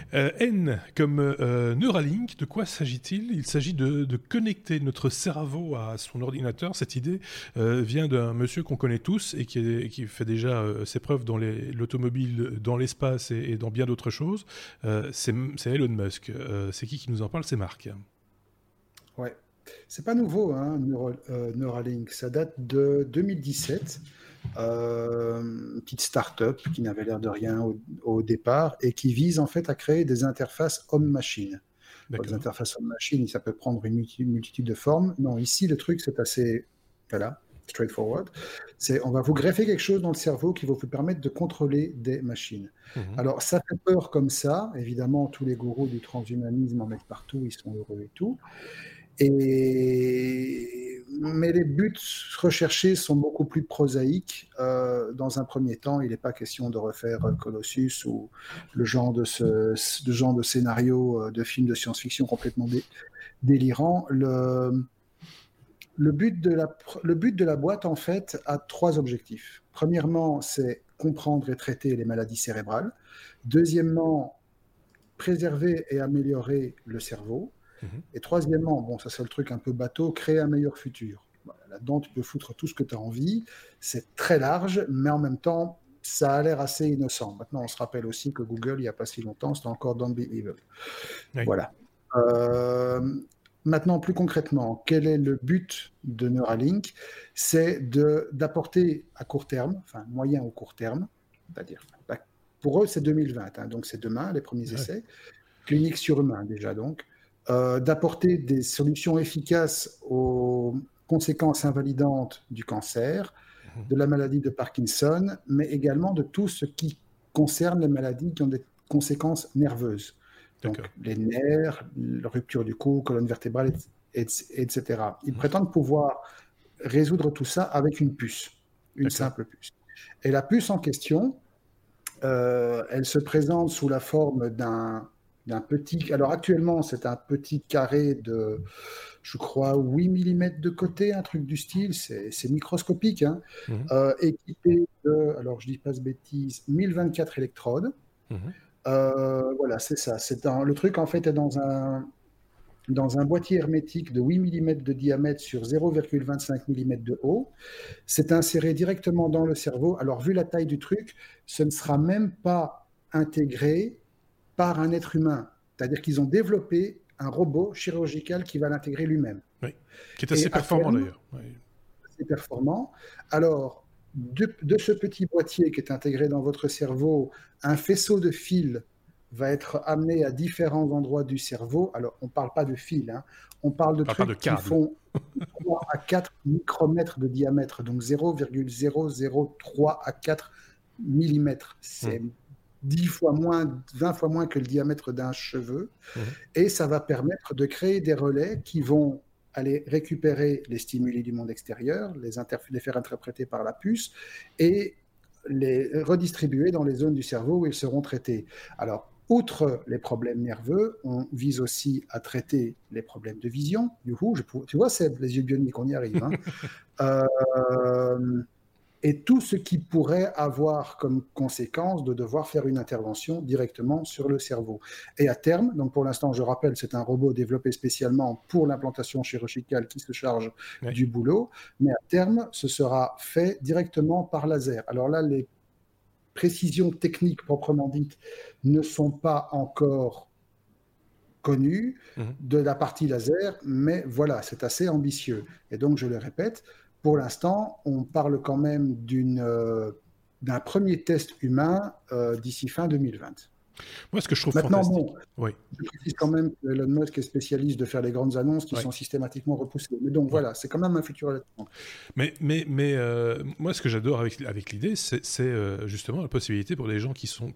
N comme Neuralink, de quoi s'agit-il? Il s'agit de connecter notre cerveau à son ordinateur. Cette idée vient d'un monsieur qu'on connaît tous et qui fait déjà ses preuves dans l'automobile, dans l'espace et dans bien d'autres choses. C'est Elon Musk. C'est qui nous en parle? C'est Marc. Ouais. C'est pas nouveau, hein, Neuralink. Ça date de 2017. Une petite start-up qui n'avait l'air de rien au départ et qui vise en fait à créer des interfaces homme-machine. Des interfaces homme-machine, ça peut prendre une multitude de formes. Non, ici, le truc, c'est assez straightforward. On va vous greffer quelque chose dans le cerveau qui va vous permettre de contrôler des machines. Alors, ça fait peur comme ça. Évidemment, tous les gourous du transhumanisme en mettent partout, ils sont heureux et tout. Mais les buts recherchés sont beaucoup plus prosaïques. Dans un premier temps, il n'est pas question de refaire Colossus ou le genre de scénario de film de science-fiction complètement délirant. Le but de la boîte, en fait, a 3 objectifs. Premièrement, c'est comprendre et traiter les maladies cérébrales. Deuxièmement, préserver et améliorer le cerveau. Et troisièmement, bon, ça c'est le truc un peu bateau, créer un meilleur futur. Voilà, là-dedans, tu peux foutre tout ce que tu as envie. C'est très large, mais en même temps, ça a l'air assez innocent. Maintenant, on se rappelle aussi que Google, il n'y a pas si longtemps, c'était encore Don't Be Evil. Oui. Voilà. Maintenant, plus concrètement, quel est le but de Neuralink? C'est d'apporter à court terme, enfin moyen ou court terme, c'est-à-dire, pour eux, c'est 2020, hein, donc c'est demain, les premiers essais, cliniques sur humains déjà donc, d'apporter des solutions efficaces aux conséquences invalidantes du cancer, de la maladie de Parkinson, mais également de tout ce qui concerne les maladies qui ont des conséquences nerveuses. Donc les nerfs, la rupture du cou, colonne vertébrale, etc. Ils prétendent pouvoir résoudre tout ça avec une puce, une simple puce. Et la puce en question, elle se présente sous la forme d'un petit... Alors actuellement, c'est un petit carré de, je crois, 8 mm de côté, un truc du style, c'est microscopique, hein, équipé de, alors je dis pas de bêtises, 1024 électrodes. Voilà, c'est ça. Le truc, en fait, est dans un boîtier hermétique de 8 mm de diamètre sur 0,25 mm de haut. C'est inséré directement dans le cerveau. Alors, vu la taille du truc, ce ne sera même pas intégré par un être humain. C'est-à-dire qu'ils ont développé un robot chirurgical qui va l'intégrer lui-même. Oui, qui est assez performant d'ailleurs. Oui. Assez performant. Alors, de ce petit boîtier qui est intégré dans votre cerveau, un faisceau de fils va être amené à différents endroits du cerveau. Alors, on ne parle pas de fils, hein. On parle de trucs qui font 3 à 4 micromètres de diamètre, donc 0,003 à 4 mm. C'est 10 fois moins, 20 fois moins que le diamètre d'un cheveu. Et ça va permettre de créer des relais qui vont aller récupérer les stimuli du monde extérieur, les faire interpréter par la puce et les redistribuer dans les zones du cerveau où ils seront traités. Alors, outre les problèmes nerveux, on vise aussi à traiter les problèmes de vision. Tu vois, c'est les yeux bioniques, on y arrive. Hein. Et tout ce qui pourrait avoir comme conséquence de devoir faire une intervention directement sur le cerveau. Et à terme, donc pour l'instant, je rappelle, c'est un robot développé spécialement pour l'implantation chirurgicale qui se charge du boulot, mais à terme, ce sera fait directement par laser. Alors là, les précisions techniques proprement dites ne sont pas encore connues de la partie laser, mais voilà, c'est assez ambitieux. Et donc, je le répète, pour l'instant, on parle quand même d'un premier test humain d'ici fin 2020. Moi, ce que je trouve Maintenant, fantastique... je précise quand même que Elon Musk est spécialiste de faire les grandes annonces qui sont systématiquement repoussées. Mais donc voilà, c'est quand même un futur relativement. Mais moi, ce que j'adore avec l'idée, c'est justement la possibilité pour des gens qui sont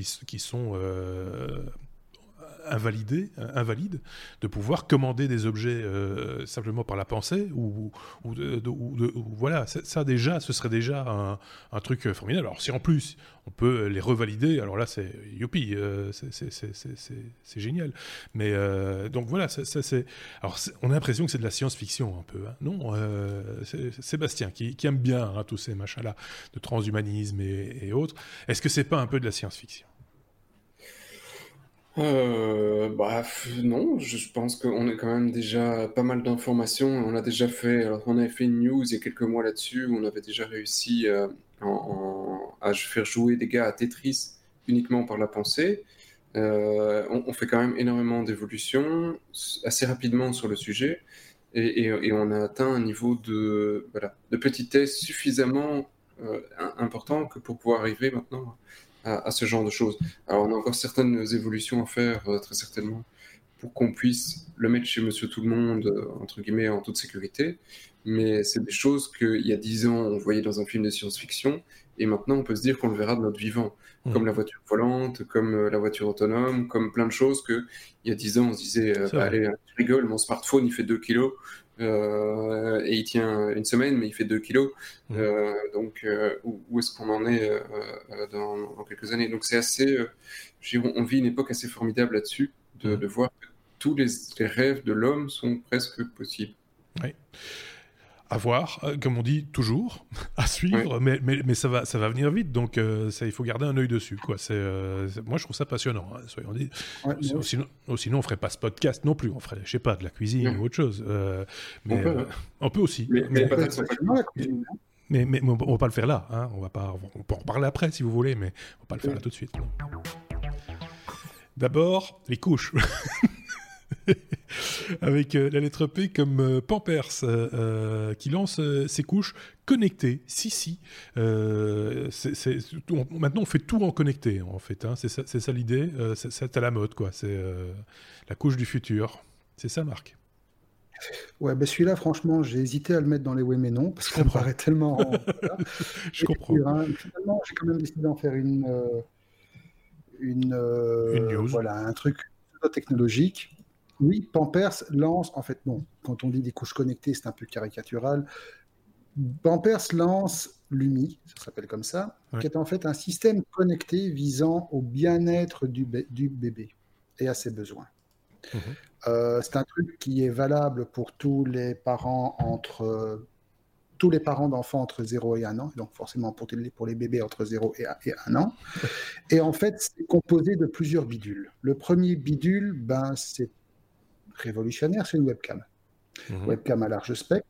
invalides de pouvoir commander des objets simplement par la pensée ou voilà, ça déjà, ce serait déjà un truc formidable. Alors si en plus on peut les revalider, alors là c'est youpi, c'est génial. Mais donc voilà, alors on a l'impression que c'est de la science-fiction un peu, hein. Non, c'est Sébastien qui aime bien tous ces machins-là de transhumanisme et autres. Est-ce que c'est pas un peu de la science-fiction? Non, je pense qu'on a quand même déjà pas mal d'informations. On a déjà fait, alors on avait fait une news il y a quelques mois là-dessus, où on avait déjà réussi à faire jouer des gars à Tetris uniquement par la pensée. On fait quand même énormément d'évolutions assez rapidement sur le sujet, et on a atteint un niveau de petitesse suffisamment important que pour pouvoir arriver maintenant à ce genre de choses. Alors, on a encore certaines évolutions à faire, très certainement, pour qu'on puisse le mettre chez Monsieur Tout-le-Monde, entre guillemets, en toute sécurité. Mais c'est des choses qu'il y a 10 ans, on voyait dans un film de science-fiction, et maintenant, on peut se dire qu'on le verra de notre vivant. Comme la voiture volante, comme la voiture autonome, comme plein de choses qu'il y a 10 ans, on se disait, allez, tu rigoles, mon smartphone, il fait 2 kilos. Et il tient une semaine, mais il fait 2 kilos. Donc, où est-ce qu'on en est dans quelques années? Donc, c'est assez... on vit une époque assez formidable là-dessus, de voir que tous les rêves de l'homme sont presque possibles. Oui. À voir, comme on dit toujours, à suivre, oui. mais ça va venir vite, donc il faut garder un œil dessus, quoi. Moi, je trouve ça passionnant, hein, soyons dit. Ouais, sinon, on ferait pas ce podcast non plus, on ferait, je sais pas, de la cuisine ou autre chose. On peut aussi. Mais peut-être sont pas la cuisine. Mais on va pas le faire là, hein. On peut en reparler après si vous voulez, mais on va pas le faire là tout de suite. D'abord, les couches. Avec la lettre P comme Pampers qui lance ses couches connectées. Maintenant on fait tout en connecté en fait, hein. C'est ça l'idée, c'est à la mode quoi. C'est la couche du futur. C'est ça, Marc? Ouais, celui-là, franchement, j'ai hésité à le mettre dans les oui mais non, parce que ça me paraît tellement... Je comprends. Finalement, j'ai quand même décidé d'en faire une news. Voilà, un truc technologique. Oui, Pampers lance, en fait, bon, quand on dit des couches connectées, c'est un peu caricatural. Pampers lance Lumi, ça s'appelle comme ça, qui est en fait un système connecté visant au bien-être du bébé et à ses besoins. C'est un truc qui est valable pour tous les parents d'enfants entre 0 et 1 an, donc forcément pour les bébés entre 0 et 1 an. Et en fait, c'est composé de plusieurs bidules. Le premier bidule, c'est révolutionnaire, c'est une webcam. Webcam à large spectre,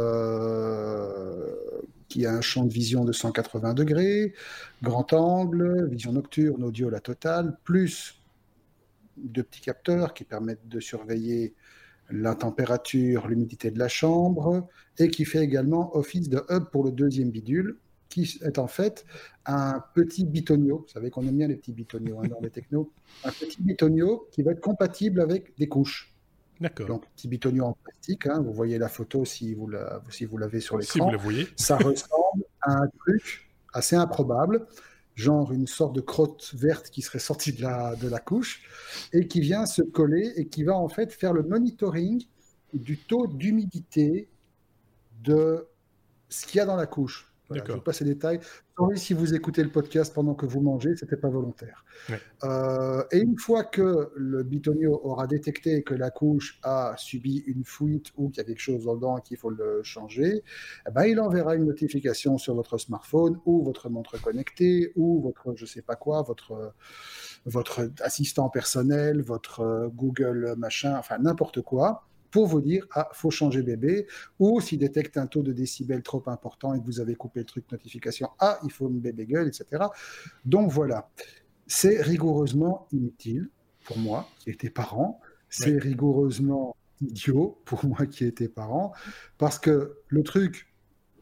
qui a un champ de vision de 180 degrés, grand angle, vision nocturne, audio la totale, plus de petits capteurs qui permettent de surveiller la température, l'humidité de la chambre, et qui fait également office de hub pour le deuxième bidule, qui est en fait un petit bitonio. Vous savez qu'on aime bien les petits bitonios dans les technos. Un petit bitonio qui va être compatible avec des couches. D'accord. Donc, petit bitonio en plastique, hein, vous voyez la photo si vous l'avez sur l'écran. Si vous la voyez. Ça ressemble à un truc assez improbable, genre une sorte de crotte verte qui serait sortie de la couche et qui vient se coller et qui va en fait faire le monitoring du taux d'humidité de ce qu'il y a dans la couche. Voilà, je ne vais pas passer les détails. Sorry si vous écoutez le podcast pendant que vous mangez, ce n'était pas volontaire. Ouais. Et une fois que le bitonio aura détecté que la couche a subi une fuite ou qu'il y a quelque chose dedans et qu'il faut le changer, il enverra une notification sur votre smartphone ou votre montre connectée ou votre je ne sais pas quoi, votre assistant personnel, votre Google machin, enfin n'importe quoi, pour vous dire, faut changer bébé, ou s'il détecte un taux de décibels trop important et que vous avez coupé le truc notification, il faut une bébé gueule, etc. Donc voilà, c'est rigoureusement inutile pour moi qui étais parent, c'est rigoureusement idiot pour moi qui étais parent, parce que le truc,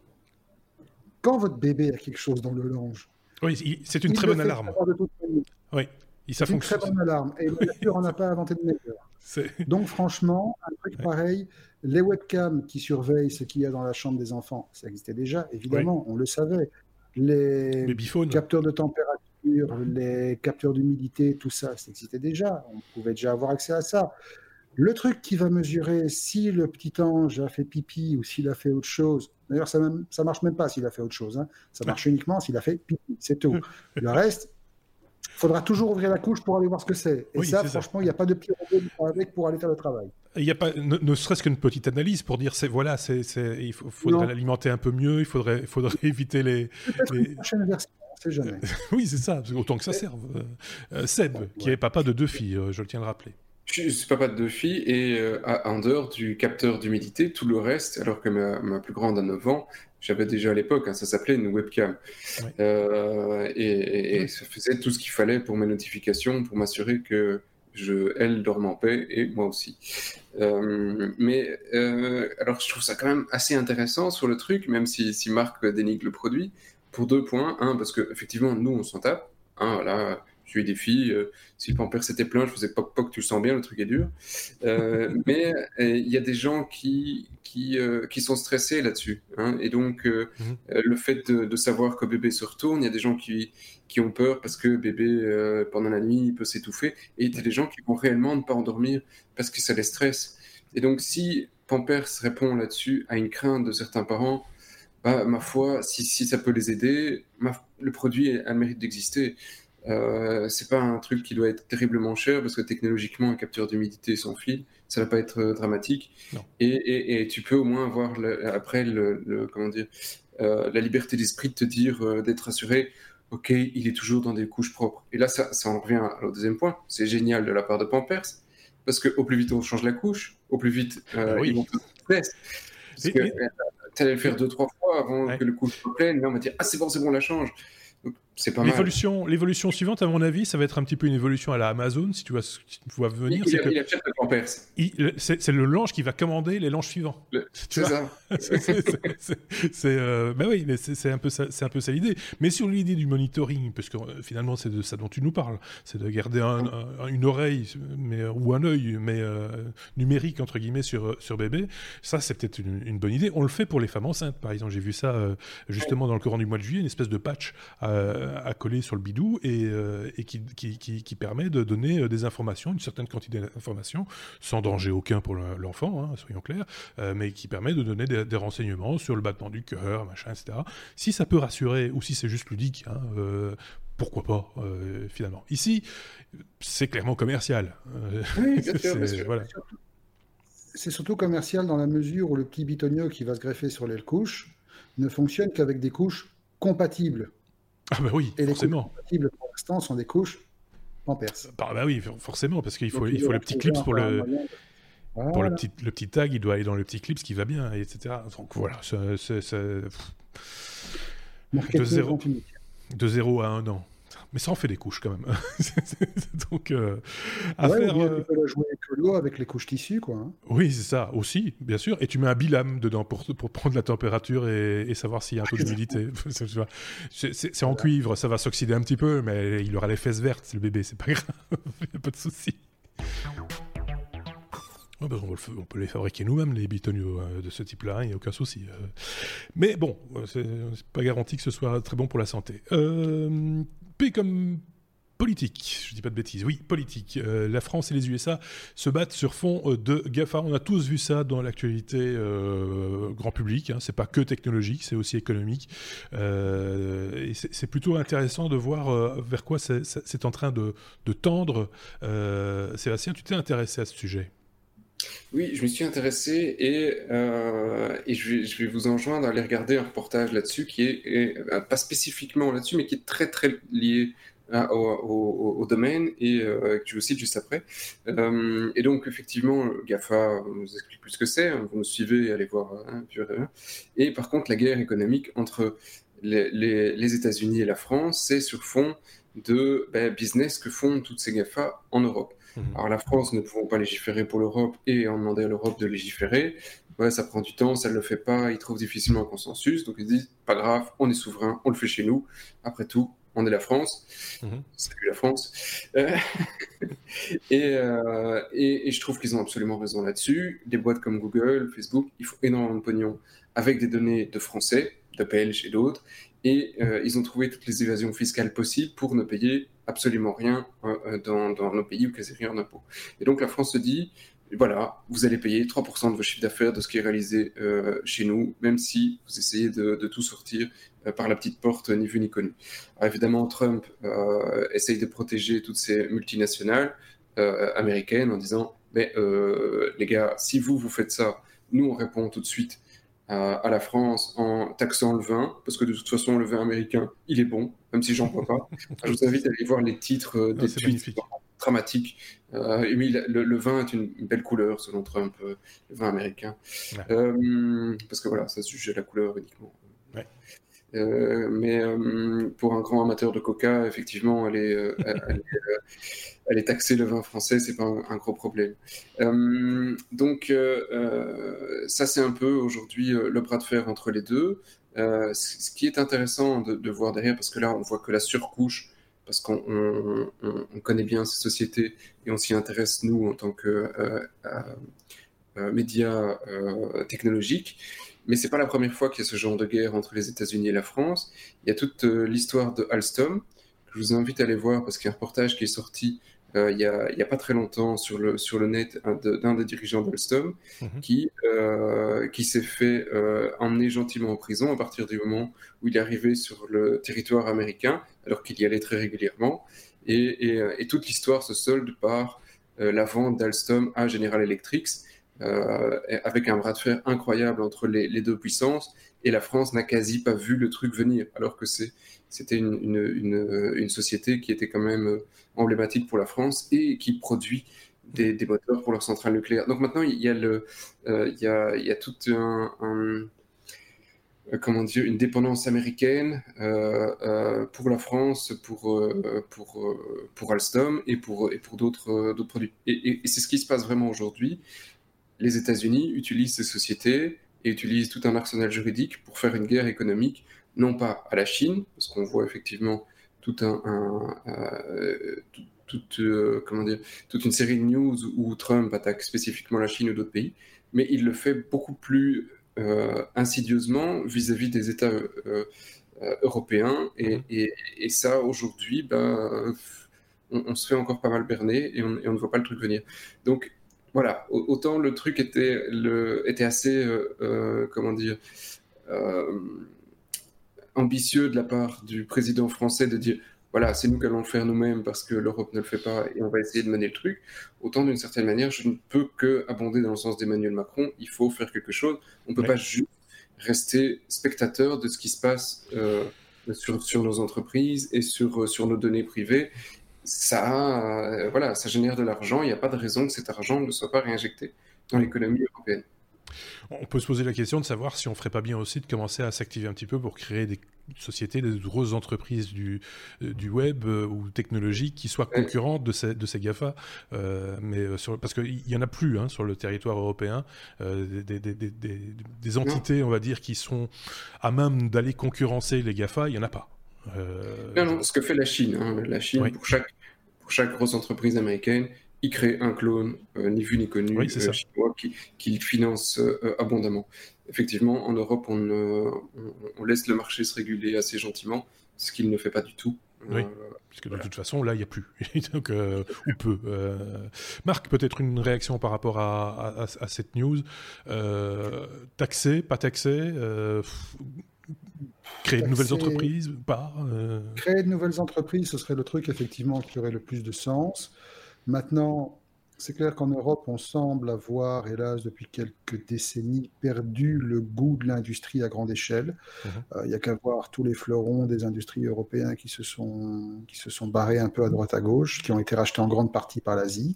quand votre bébé a quelque chose dans le linge, c'est une très bonne alarme. Oui. C'est une très bonne alarme. Et la nature n'en a pas inventé de meilleur. Donc franchement, un truc pareil, les webcams qui surveillent ce qu'il y a dans la chambre des enfants, ça existait déjà, évidemment, on le savait. Les capteurs de température, les capteurs d'humidité, tout ça, ça existait déjà. On pouvait déjà avoir accès à ça. Le truc qui va mesurer si le petit ange a fait pipi ou s'il a fait autre chose, d'ailleurs ça marche même pas s'il a fait autre chose, hein. Ça marche uniquement s'il a fait pipi, c'est tout. Le reste, il faudra toujours ouvrir la couche pour aller voir ce que c'est. Et franchement, il n'y a pas de petit robot avec pour aller faire le travail. Il n'y a pas, ne serait-ce qu'une petite analyse pour dire, il faudrait l'alimenter un peu mieux, il faudrait éviter les... Peut-être une prochaine version sait jamais. Oui, c'est ça, autant que ça serve. Seb, qui est papa de 2 filles, je le tiens à le rappeler. Je suis papa de 2 filles et en dehors du capteur d'humidité, tout le reste, alors que ma plus grande a 9 ans, j'avais déjà à l'époque, ça s'appelait une webcam. Ouais. Et ça faisait tout ce qu'il fallait pour mes notifications, pour m'assurer que elle dorme en paix et moi aussi. Mais alors je trouve ça quand même assez intéressant sur le truc, même si Marc dénigre le produit, pour 2 points. Un, parce qu'effectivement, nous, on s'en tape. Voilà. J'ai eu des filles, si le Pampers s'était plein, je faisais poc poc, tu le sens bien, le truc est dur. Mais il y a des gens qui sont stressés là-dessus. Et donc, le fait de savoir que bébé se retourne, il y a des gens qui ont peur parce que bébé, pendant la nuit, il peut s'étouffer. Et il y a des gens qui vont réellement ne pas endormir parce que ça les stresse. Et donc, si Pampers répond là-dessus à une crainte de certains parents, bah, ma foi, si ça peut les aider, le produit a le mérite d'exister. C'est pas un truc qui doit être terriblement cher parce que technologiquement un capteur d'humidité sans fil ça va pas être dramatique et tu peux au moins avoir après comment dire la liberté d'esprit de te dire d'être assuré, ok, il est toujours dans des couches propres. Et là ça en revient au deuxième point, c'est génial de la part de Pampers parce que au plus vite on change la couche, au plus vite ils vont faire stress parce que t'allais le faire 2-3 fois avant que le couche soit plein, là on va dire c'est bon on la change. Donc, c'est pas l'évolution suivante, à mon avis, ça va être un petit peu une évolution à la Amazon, si tu vois ce tu vois venir. Il achète le Pampers. C'est le linge qui va commander les linges suivants. C'est ça. Bah oui, mais c'est un peu ça l'idée. Mais sur l'idée du monitoring, parce que finalement c'est de ça dont tu nous parles, c'est de garder une oreille ou un œil, mais numérique entre guillemets sur bébé. Ça, c'est peut-être une bonne idée. On le fait pour les femmes enceintes, par exemple. J'ai vu ça justement dans le courant du mois de juillet, une espèce de patch à coller sur le bidou et qui permet de donner des informations, une certaine quantité d'informations, sans danger aucun pour l'enfant, soyons clairs, mais qui permet de donner des renseignements sur le battement du cœur, machin, etc. Si ça peut rassurer, ou si c'est juste ludique, pourquoi pas, finalement. Ici, c'est clairement commercial. Oui, bien sûr. Voilà. C'est surtout commercial dans la mesure où le petit bitonio qui va se greffer sur les couches ne fonctionne qu'avec des couches compatibles. Ah bah oui, et forcément. Les couches compatibles pour l'instant sont des couches Pampers. Bah oui, forcément, parce qu'il faut le petit clips pour le... Voilà. Pour le petit tag, il doit aller dans le petit clips qui va bien, etc. Donc voilà, de 0 à 1 an. Mais ça en fait des couches quand même. Donc, tu peux la jouer avec l'eau, avec les couches tissu, quoi. Oui, c'est ça, aussi, bien sûr. Et tu mets un bilam dedans pour prendre la température et savoir s'il y a un taux d'humidité. C'est en cuivre, ça va s'oxyder un petit peu, mais il aura les fesses vertes, le bébé, c'est pas grave. Il n'y a pas de souci. On peut les fabriquer nous-mêmes, les bitonios de ce type-là, il n'y a aucun souci. Mais bon, c'est pas garanti que ce soit très bon pour la santé. P comme politique, je dis pas de bêtises, oui, politique. La France et les USA se battent sur fond de GAFA. On a tous vu ça dans l'actualité grand public. C'est pas que technologique, c'est aussi économique. Et c'est plutôt intéressant de voir vers quoi c'est en train de tendre. Sébastien, tu t'es intéressé à ce sujet? Oui, je me suis intéressé et je vais vous enjoindre à aller regarder un reportage là-dessus qui est pas spécifiquement là-dessus, mais qui est très très lié au domaine et que je vous cite juste après. Et donc effectivement, GAFA, on nous explique plus ce que c'est, vous nous suivez et allez voir. Et par contre, la guerre économique entre les États-Unis et la France, c'est sur fond de business que font toutes ces GAFA en Europe. Alors la France ne pouvant pas légiférer pour l'Europe et en demander à l'Europe de légiférer, ça prend du temps, ça ne le fait pas, ils trouvent difficilement un consensus, donc ils disent pas grave, on est souverain, on le fait chez nous, après tout, on est la France, salut la France. Et je trouve qu'ils ont absolument raison là-dessus. Des boîtes comme Google, Facebook, il faut énormément de pognon avec des données de Français, de Belges et d'autres, et ils ont trouvé toutes les évasions fiscales possibles pour ne payer absolument rien dans nos pays ou quasi rien en impôts. Et donc la France se dit, voilà, vous allez payer 3% de vos chiffres d'affaires de ce qui est réalisé chez nous, même si vous essayez de tout sortir par la petite porte, ni vu ni connu. Alors évidemment, Trump essaye de protéger toutes ces multinationales américaines en disant, les gars, si vous faites ça, nous on répond tout de suite à la France en taxant le vin, parce que de toute façon, le vin américain, il est bon, même si j'en bois pas. Je vous invite à aller voir les titres des tweets dramatiques. Mais le vin est une belle couleur, selon Trump, le vin américain. Ouais. Parce que voilà, ça se juge à la couleur uniquement. Ouais. Mais pour un grand amateur de coca, effectivement, aller taxer le vin français, c'est pas un gros problème. Donc, ça, c'est un peu aujourd'hui le bras de fer entre les deux. Ce qui est intéressant de voir derrière, parce que là, on voit que la surcouche, parce qu'on connaît bien ces sociétés et on s'y intéresse, nous, en tant que médias technologiques. Mais c'est pas la première fois qu'il y a ce genre de guerre entre les États-Unis et la France. Il y a toute l'histoire de Alstom, que je vous invite à aller voir, parce qu'il y a un reportage qui est sorti il y a pas très longtemps sur le net d'un des dirigeants d'Alstom qui s'est fait emmener gentiment en prison à partir du moment où il est arrivé sur le territoire américain, alors qu'il y allait très régulièrement. Et toute l'histoire se solde par la vente d'Alstom à General Electric, avec un bras de fer incroyable entre les deux puissances, et la France n'a quasi pas vu le truc venir, alors que c'était une société qui était quand même emblématique pour la France et qui produit des moteurs pour leurs centrales nucléaires. Donc maintenant, il y a tout comment dire, une dépendance américaine pour la France, pour Alstom et pour d'autres produits. Et c'est ce qui se passe vraiment aujourd'hui. Les États-Unis utilisent ces sociétés et utilisent tout un arsenal juridique pour faire une guerre économique, non pas à la Chine, parce qu'on voit effectivement toute une série de news où Trump attaque spécifiquement la Chine ou d'autres pays, mais il le fait beaucoup plus insidieusement vis-à-vis des États européens. Et ça, aujourd'hui, on se fait encore pas mal berner et on ne voit pas le truc venir. Donc, voilà, autant le truc était assez, ambitieux de la part du président français de dire, voilà, c'est nous qui allons le faire nous-mêmes parce que l'Europe ne le fait pas et on va essayer de mener le truc. Autant d'une certaine manière, je ne peux que abonder dans le sens d'Emmanuel Macron, il faut faire quelque chose. On ne peut pas juste rester spectateur de ce qui se passe sur nos entreprises et sur nos données privées. Ça génère de l'argent. Il n'y a pas de raison que cet argent ne soit pas réinjecté dans l'économie européenne. On peut se poser la question de savoir si on ne ferait pas bien aussi de commencer à s'activer un petit peu pour créer des sociétés, des grosses entreprises du web ou technologiques qui soient concurrentes de ces GAFA. Parce qu'il n'y en a plus sur le territoire européen, des entités, on va dire, qui sont à même d'aller concurrencer les GAFA, il n'y en a pas. Non, ce que fait la Chine. La Chine, pour chaque grosse entreprise américaine, il crée un clone, ni vu ni connu, chinois, qui finance abondamment. Effectivement, en Europe, on laisse le marché se réguler assez gentiment, ce qu'il ne fait pas du tout. Oui, parce que de toute façon, là, il n'y a plus. Donc, ou peu. Marc, peut-être une réaction par rapport à cette news. Taxer, pas taxer créer de nouvelles entreprises, pas Créer de nouvelles entreprises, ce serait le truc, effectivement, qui aurait le plus de sens. Maintenant, c'est clair qu'en Europe, on semble avoir, hélas, depuis quelques décennies, perdu le goût de l'industrie à grande échelle. Il n'y a qu'à voir tous les fleurons des industries européennes qui se sont barrés un peu à droite à gauche, qui ont été rachetés en grande partie par l'Asie.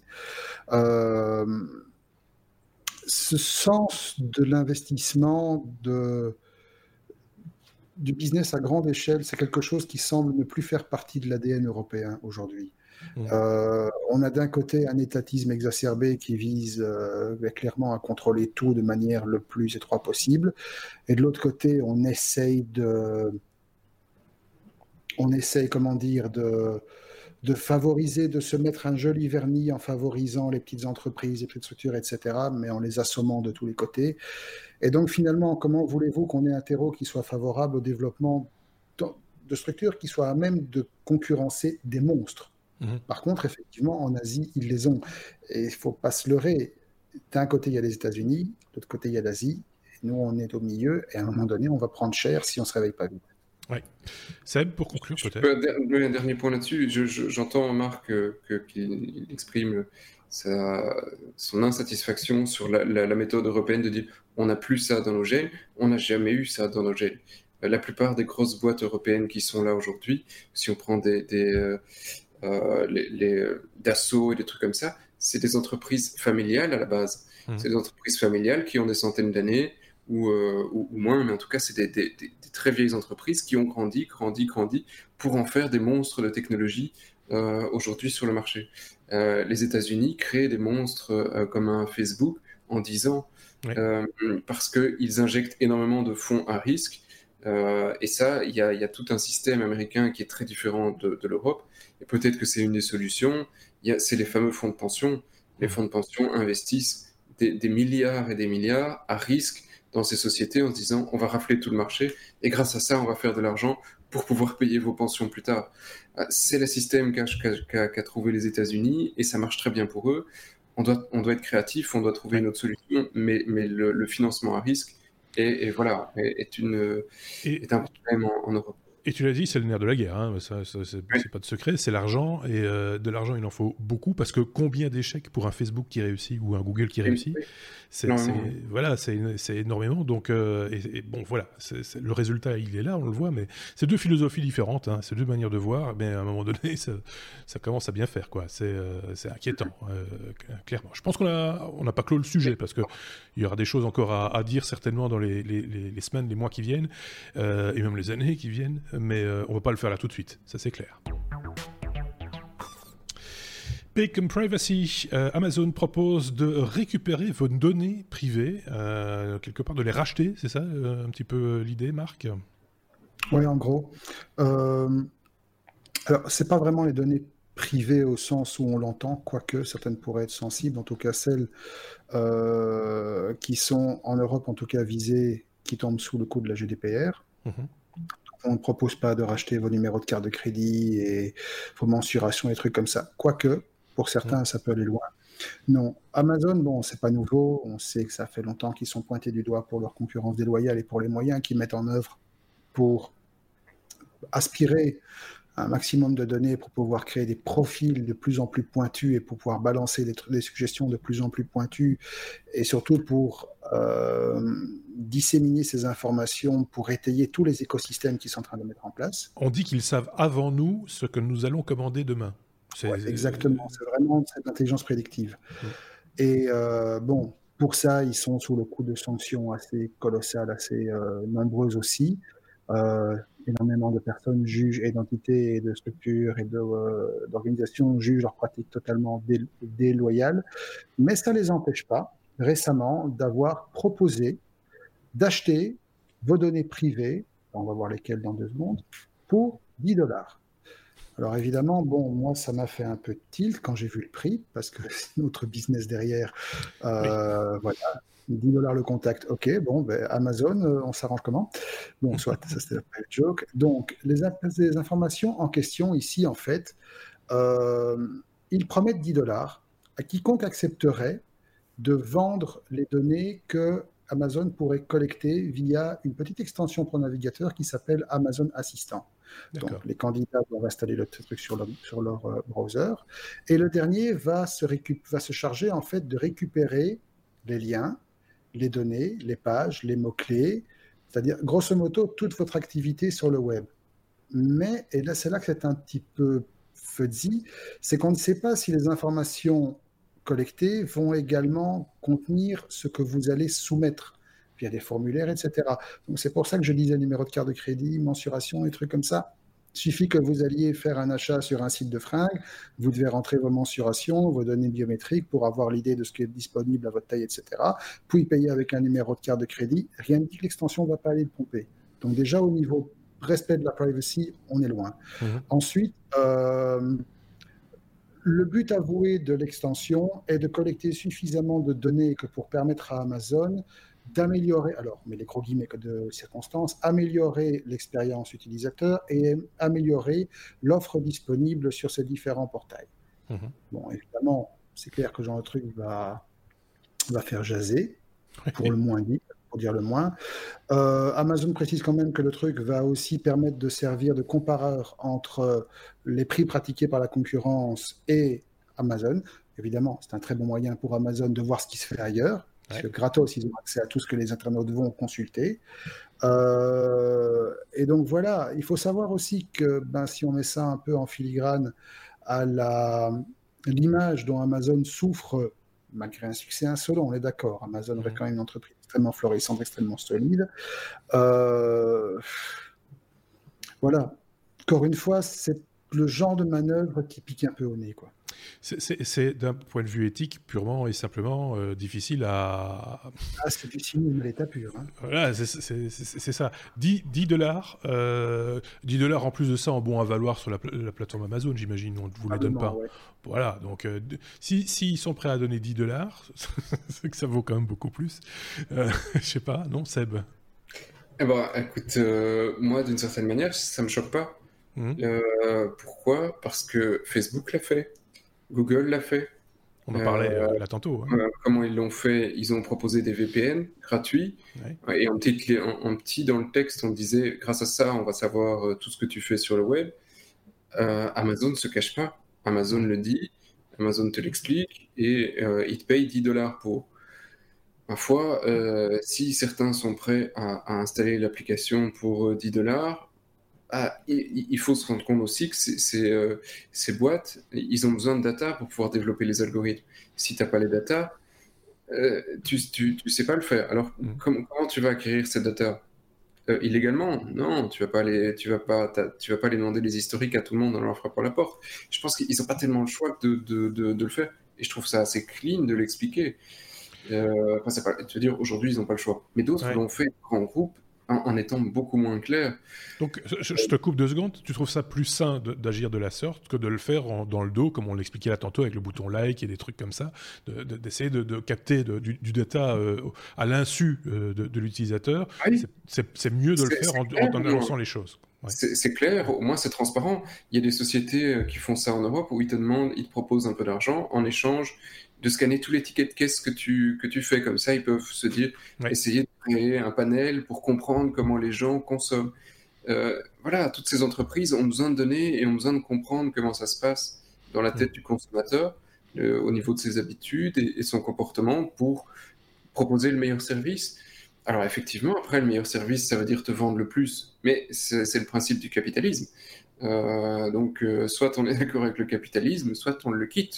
Ce sens de l'investissement, du business à grande échelle, c'est quelque chose qui semble ne plus faire partie de l'ADN européen aujourd'hui. On a d'un côté un étatisme exacerbé qui vise clairement à contrôler tout de manière le plus étroite possible, et de l'autre côté, on essaye, comment dire, de favoriser, de se mettre un joli vernis en favorisant les petites entreprises, les petites structures, etc., mais en les assommant de tous les côtés. Et donc finalement, comment voulez-vous qu'on ait un terreau qui soit favorable au développement de structures qui soient à même de concurrencer des monstres? Par contre, effectivement, en Asie, ils les ont. Et il ne faut pas se leurrer. D'un côté, il y a les États-Unis, de l'autre côté, il y a l'Asie. Nous, on est au milieu, et à un moment donné, on va prendre cher si on ne se réveille pas vite. Oui. Seb, pour conclure peut-être. Un dernier point là-dessus. J'entends Marc qu'il exprime son insatisfaction sur la méthode européenne de dire on n'a plus ça dans nos gels, on n'a jamais eu ça dans nos gels. La plupart des grosses boîtes européennes qui sont là aujourd'hui, si on prend les Dassault et des trucs comme ça, c'est des entreprises familiales à la base. C'est des entreprises familiales qui ont des centaines d'années ou moins, mais en tout cas, c'est des très vieilles entreprises qui ont grandi pour en faire des monstres de technologie aujourd'hui sur le marché. Les États-Unis créent des monstres comme un Facebook en 10 ans parce qu'ils injectent énormément de fonds à risque. Et ça, il y a tout un système américain qui est très différent de l'Europe. Et peut-être que c'est une des solutions. C'est les fameux fonds de pension. Les fonds de pension investissent des milliards et des milliards à risque dans ces sociétés en se disant on va rafler tout le marché et grâce à ça, on va faire de l'argent pour pouvoir payer vos pensions plus tard. C'est le système qu'a trouvé les États-Unis et ça marche très bien pour eux. On doit être créatif, on doit trouver une autre solution, mais le financement à risque est un problème en Europe. Et tu l'as dit, c'est le nerf de la guerre, hein. C'est pas de secret, c'est l'argent, et de l'argent il en faut beaucoup, parce que combien d'échecs pour un Facebook qui réussit ou un Google qui réussit, c'est énormément, donc et bon voilà, le résultat il est là, on le voit, mais c'est deux philosophies différentes, hein, c'est deux manières de voir, mais à un moment donné ça commence à bien faire, quoi. C'est inquiétant, clairement. Je pense qu'on n'a pas clos le sujet, parce que il y aura des choses encore à dire certainement dans les semaines, les mois qui viennent, et même les années qui viennent. Mais on ne va pas le faire là tout de suite, ça c'est clair. Paycom Privacy, Amazon propose de récupérer vos données privées, quelque part de les racheter, c'est ça un petit peu l'idée, Marc ? Oui, en gros. Alors, c'est pas vraiment les données privées au sens où on l'entend, quoique certaines pourraient être sensibles, en tout cas celles qui sont en Europe, en tout cas visées, qui tombent sous le coup de la GDPR. On ne propose pas de racheter vos numéros de carte de crédit et vos mensurations et trucs comme ça. Quoique, pour certains, ça peut aller loin. Non, Amazon, bon, c'est pas nouveau. On sait que ça fait longtemps qu'ils sont pointés du doigt pour leur concurrence déloyale et pour les moyens qu'ils mettent en œuvre pour aspirer un maximum de données pour pouvoir créer des profils de plus en plus pointus et pour pouvoir balancer des suggestions de plus en plus pointues et surtout pour disséminer ces informations pour étayer tous les écosystèmes qu'ils sont en train de mettre en place. On dit qu'ils savent avant nous ce que nous allons commander demain. Exactement, c'est vraiment cette intelligence prédictive. Et bon, pour ça, ils sont sous le coup de sanctions assez colossales, assez nombreuses aussi. Énormément de personnes jugent, et d'entités et de structures et d'organisations jugent leurs pratiques totalement déloyales, mais ça ne les empêche pas, récemment, d'avoir proposé d'acheter vos données privées, on va voir lesquelles dans 2 secondes, pour $10. Alors évidemment, bon, moi, ça m'a fait un peu tilt quand j'ai vu le prix, parce que c'est notre business derrière. Voilà. $10 le contact, ok, bon, ben, Amazon, on s'arrange comment ? Bon, soit, ça c'était la private joke. Donc, les informations en question ici, en fait, ils promettent $10 à quiconque accepterait de vendre les données que Amazon pourrait collecter via une petite extension pour navigateur qui s'appelle Amazon Assistant. D'accord. Donc, les candidats doivent installer le truc sur leur browser. Et le dernier va se charger, en fait, de récupérer les liens, les données, les pages, les mots-clés, c'est-à-dire, grosso modo, toute votre activité sur le web. Mais, et là, c'est là que c'est un petit peu fuzzy, c'est qu'on ne sait pas si les informations collectées vont également contenir ce que vous allez soumettre via des formulaires, etc. Donc, c'est pour ça que je disais numéro de carte de crédit, mensuration et trucs comme ça. Il suffit que vous alliez faire un achat sur un site de fringues, vous devez rentrer vos mensurations, vos données biométriques pour avoir l'idée de ce qui est disponible à votre taille, etc. Puis payer avec un numéro de carte de crédit. Rien ne dit que l'extension ne va pas aller le pomper. Donc déjà, au niveau respect de la privacy, on est loin. Ensuite, le but avoué de l'extension est de collecter suffisamment de données que pour permettre à Amazon d'améliorer, alors, mais les gros guillemets de circonstances, améliorer l'expérience utilisateur et améliorer l'offre disponible sur ces différents portails. Bon, évidemment, c'est clair que ce genre de truc va faire jaser, pour le moins dit. pour dire le moins. Amazon précise quand même que le truc va aussi permettre de servir de compareur entre les prix pratiqués par la concurrence et Amazon. Évidemment, c'est un très bon moyen pour Amazon de voir ce qui se fait ailleurs, parce que gratos, ils ont accès à tout ce que les internautes vont consulter. Et donc voilà, il faut savoir aussi que si on met ça un peu en filigrane à l'image dont Amazon souffre, malgré un succès insolent, on est d'accord. Amazon reste quand même une entreprise extrêmement florissante, extrêmement solide. Voilà. Encore une fois, c'est le genre de manœuvre qui pique un peu au nez, quoi. C'est d'un point de vue éthique purement et simplement difficile à... Ah, c'est du cynisme à l'état pur. Hein. Voilà, c'est ça. 10 $, 10 $ en plus de ça en bon à valoir sur la plateforme Amazon, j'imagine, on ne vous les donne pas. Ouais. Voilà, donc s'ils sont prêts à donner 10 $, c'est que ça vaut quand même beaucoup plus. Je sais pas, non, Seb? Eh ben, écoute, moi, d'une certaine manière, ça me choque pas. Pourquoi? Parce que Facebook l'a fait. Google l'a fait. On en parlait là tantôt. Hein. Comment ils l'ont fait? Ils ont proposé des VPN gratuits. Ouais. Et en petit, dans le texte, on disait, grâce à ça, on va savoir tout ce que tu fais sur le web. Amazon ne se cache pas. Amazon le dit, Amazon te l'explique, et il te paye 10 $ pour. Ma foi, si certains sont prêts à installer l'application pour 10 $, il faut se rendre compte aussi que ces boîtes, ils ont besoin de data pour pouvoir développer les algorithmes. Si tu n'as pas les data, tu sais pas le faire. Alors, comment tu vas acquérir ces data? Illégalement? Non, tu vas pas les demander les historiques à tout le monde en leur frappant la porte. Je pense qu'ils n'ont pas tellement le choix de le faire. Et je trouve ça assez clean de l'expliquer. Tu veux dire, aujourd'hui, ils n'ont pas le choix. Mais d'autres l'ont fait en groupe, en étant beaucoup moins clair. Donc, je te coupe 2 secondes. Tu trouves ça plus sain d'agir de la sorte que de le faire dans le dos, comme on l'expliquait là tantôt avec le bouton like et des trucs comme ça, d'essayer de capter du data à l'insu de l'utilisateur. Oui. C'est mieux de le faire en annonçant les choses. Ouais. C'est clair, au moins c'est transparent. Il y a des sociétés qui font ça en Europe où ils te proposent un peu d'argent en échange de scanner tous les tickets de caisse que tu fais. Comme ça, ils peuvent se dire, essayer de créer un panel pour comprendre comment les gens consomment. Voilà, toutes ces entreprises ont besoin de données et ont besoin de comprendre comment ça se passe dans la tête du consommateur au niveau de ses habitudes et son comportement pour proposer le meilleur service. Alors effectivement, après, le meilleur service, ça veut dire te vendre le plus, mais c'est le principe du capitalisme. Donc, soit on est d'accord avec le capitalisme, soit on le quitte.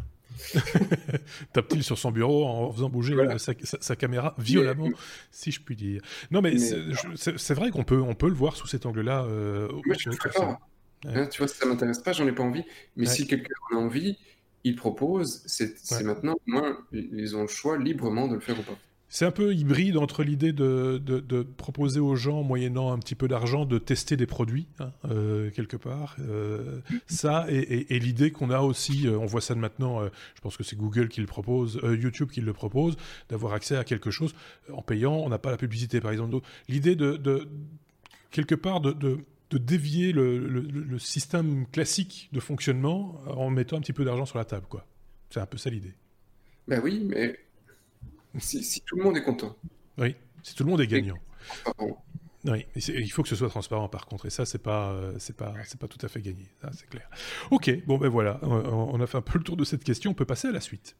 Tape-t-il sur son bureau en faisant bouger sa caméra violemment, si je puis dire. Non, mais c'est vrai qu'on peut le voir sous cet angle-là. Moi, je ne le ferais pas. Tu vois, ça ne m'intéresse pas, j'en ai pas envie. Mais si quelqu'un en a envie, il propose, c'est maintenant, au moins, ils ont le choix librement de le faire ou pas. C'est un peu hybride entre l'idée de proposer aux gens, moyennant un petit peu d'argent, de tester des produits, quelque part. Ça, et l'idée qu'on a aussi, on voit ça de maintenant, je pense que c'est Google qui le propose, YouTube qui le propose, d'avoir accès à quelque chose en payant, on n'a pas la publicité, par exemple. Donc, l'idée quelque part, de dévier le système classique de fonctionnement en mettant un petit peu d'argent sur la table, quoi. C'est un peu ça l'idée. Ben oui, mais... Si tout le monde est content. Oui, si tout le monde est gagnant. Oui, il faut que ce soit transparent par contre, et ça c'est pas tout à fait gagné, ça, c'est clair. Ok, bon ben voilà, on a fait un peu le tour de cette question, on peut passer à la suite.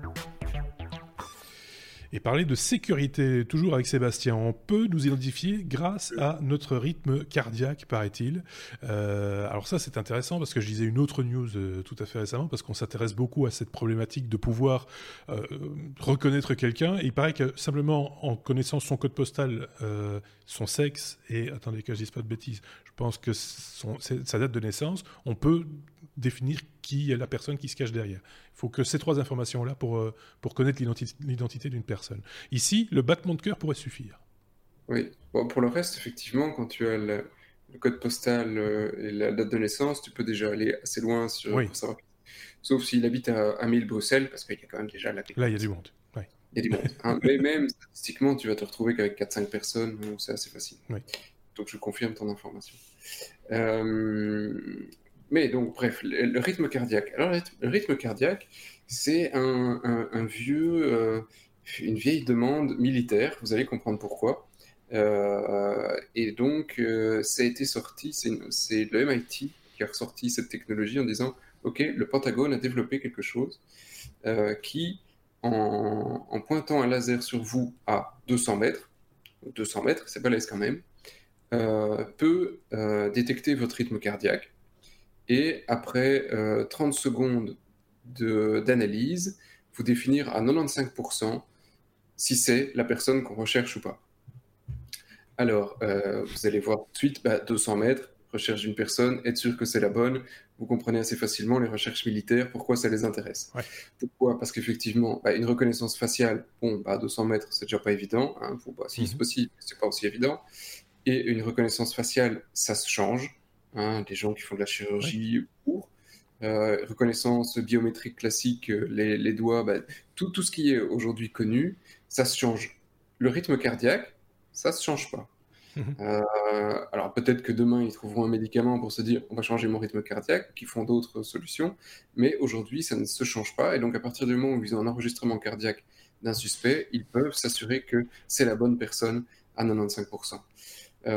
Et parler de sécurité, toujours avec Sébastien, on peut nous identifier grâce à notre rythme cardiaque, paraît-il. Alors ça, c'est intéressant parce que je lisais une autre news tout à fait récemment, parce qu'on s'intéresse beaucoup à cette problématique de pouvoir reconnaître quelqu'un. Et il paraît que simplement en connaissant son code postal, son sexe et, attendez que je dise pas de bêtises, je pense que sa date de naissance, on peut définir qui est la personne qui se cache derrière. Il faut que ces 3 informations-là pour connaître l'identité d'une personne. Ici, le battement de cœur pourrait suffire. Oui. Bon, pour le reste, effectivement, quand tu as le code postal et la date de naissance, tu peux déjà aller assez loin pour savoir. Sauf s'il habite à 1000 Bruxelles, parce qu'il y a quand même déjà la... Là, il y a du monde. Il y a du monde. Hein. Mais même, statistiquement, tu vas te retrouver qu'avec 4-5 personnes, c'est assez facile. Oui. Donc, je confirme ton information. Mais donc, bref, le rythme cardiaque. Alors, le rythme cardiaque, c'est un vieux une vieille demande militaire, vous allez comprendre pourquoi. Et donc, ça a été sorti, c'est le MIT qui a ressorti cette technologie en disant, OK, le Pentagone a développé quelque chose qui, en pointant un laser sur vous à 200 mètres, c'est balèze quand même, peut détecter votre rythme cardiaque et après 30 secondes d'analyse, vous définir à 95% si c'est la personne qu'on recherche ou pas. Alors, vous allez voir tout de suite, 200 mètres, recherche d'une personne, être sûr que c'est la bonne. Vous comprenez assez facilement les recherches militaires, pourquoi ça les intéresse. Ouais. Pourquoi ? Parce qu'effectivement, une reconnaissance faciale, à 200 mètres, c'est déjà pas évident. Hein, si c'est possible, c'est pas aussi évident. Et une reconnaissance faciale, ça se change. Hein, les gens qui font de la chirurgie reconnaissance biométrique classique, les doigts, tout ce qui est aujourd'hui connu, ça se change. Le rythme cardiaque, ça se change pas. Alors peut-être que demain ils trouveront un médicament pour se dire on va changer mon rythme cardiaque, qui font d'autres solutions, mais aujourd'hui ça ne se change pas, et donc à partir du moment où ils ont un enregistrement cardiaque d'un suspect, ils peuvent s'assurer que c'est la bonne personne à 95%. Ça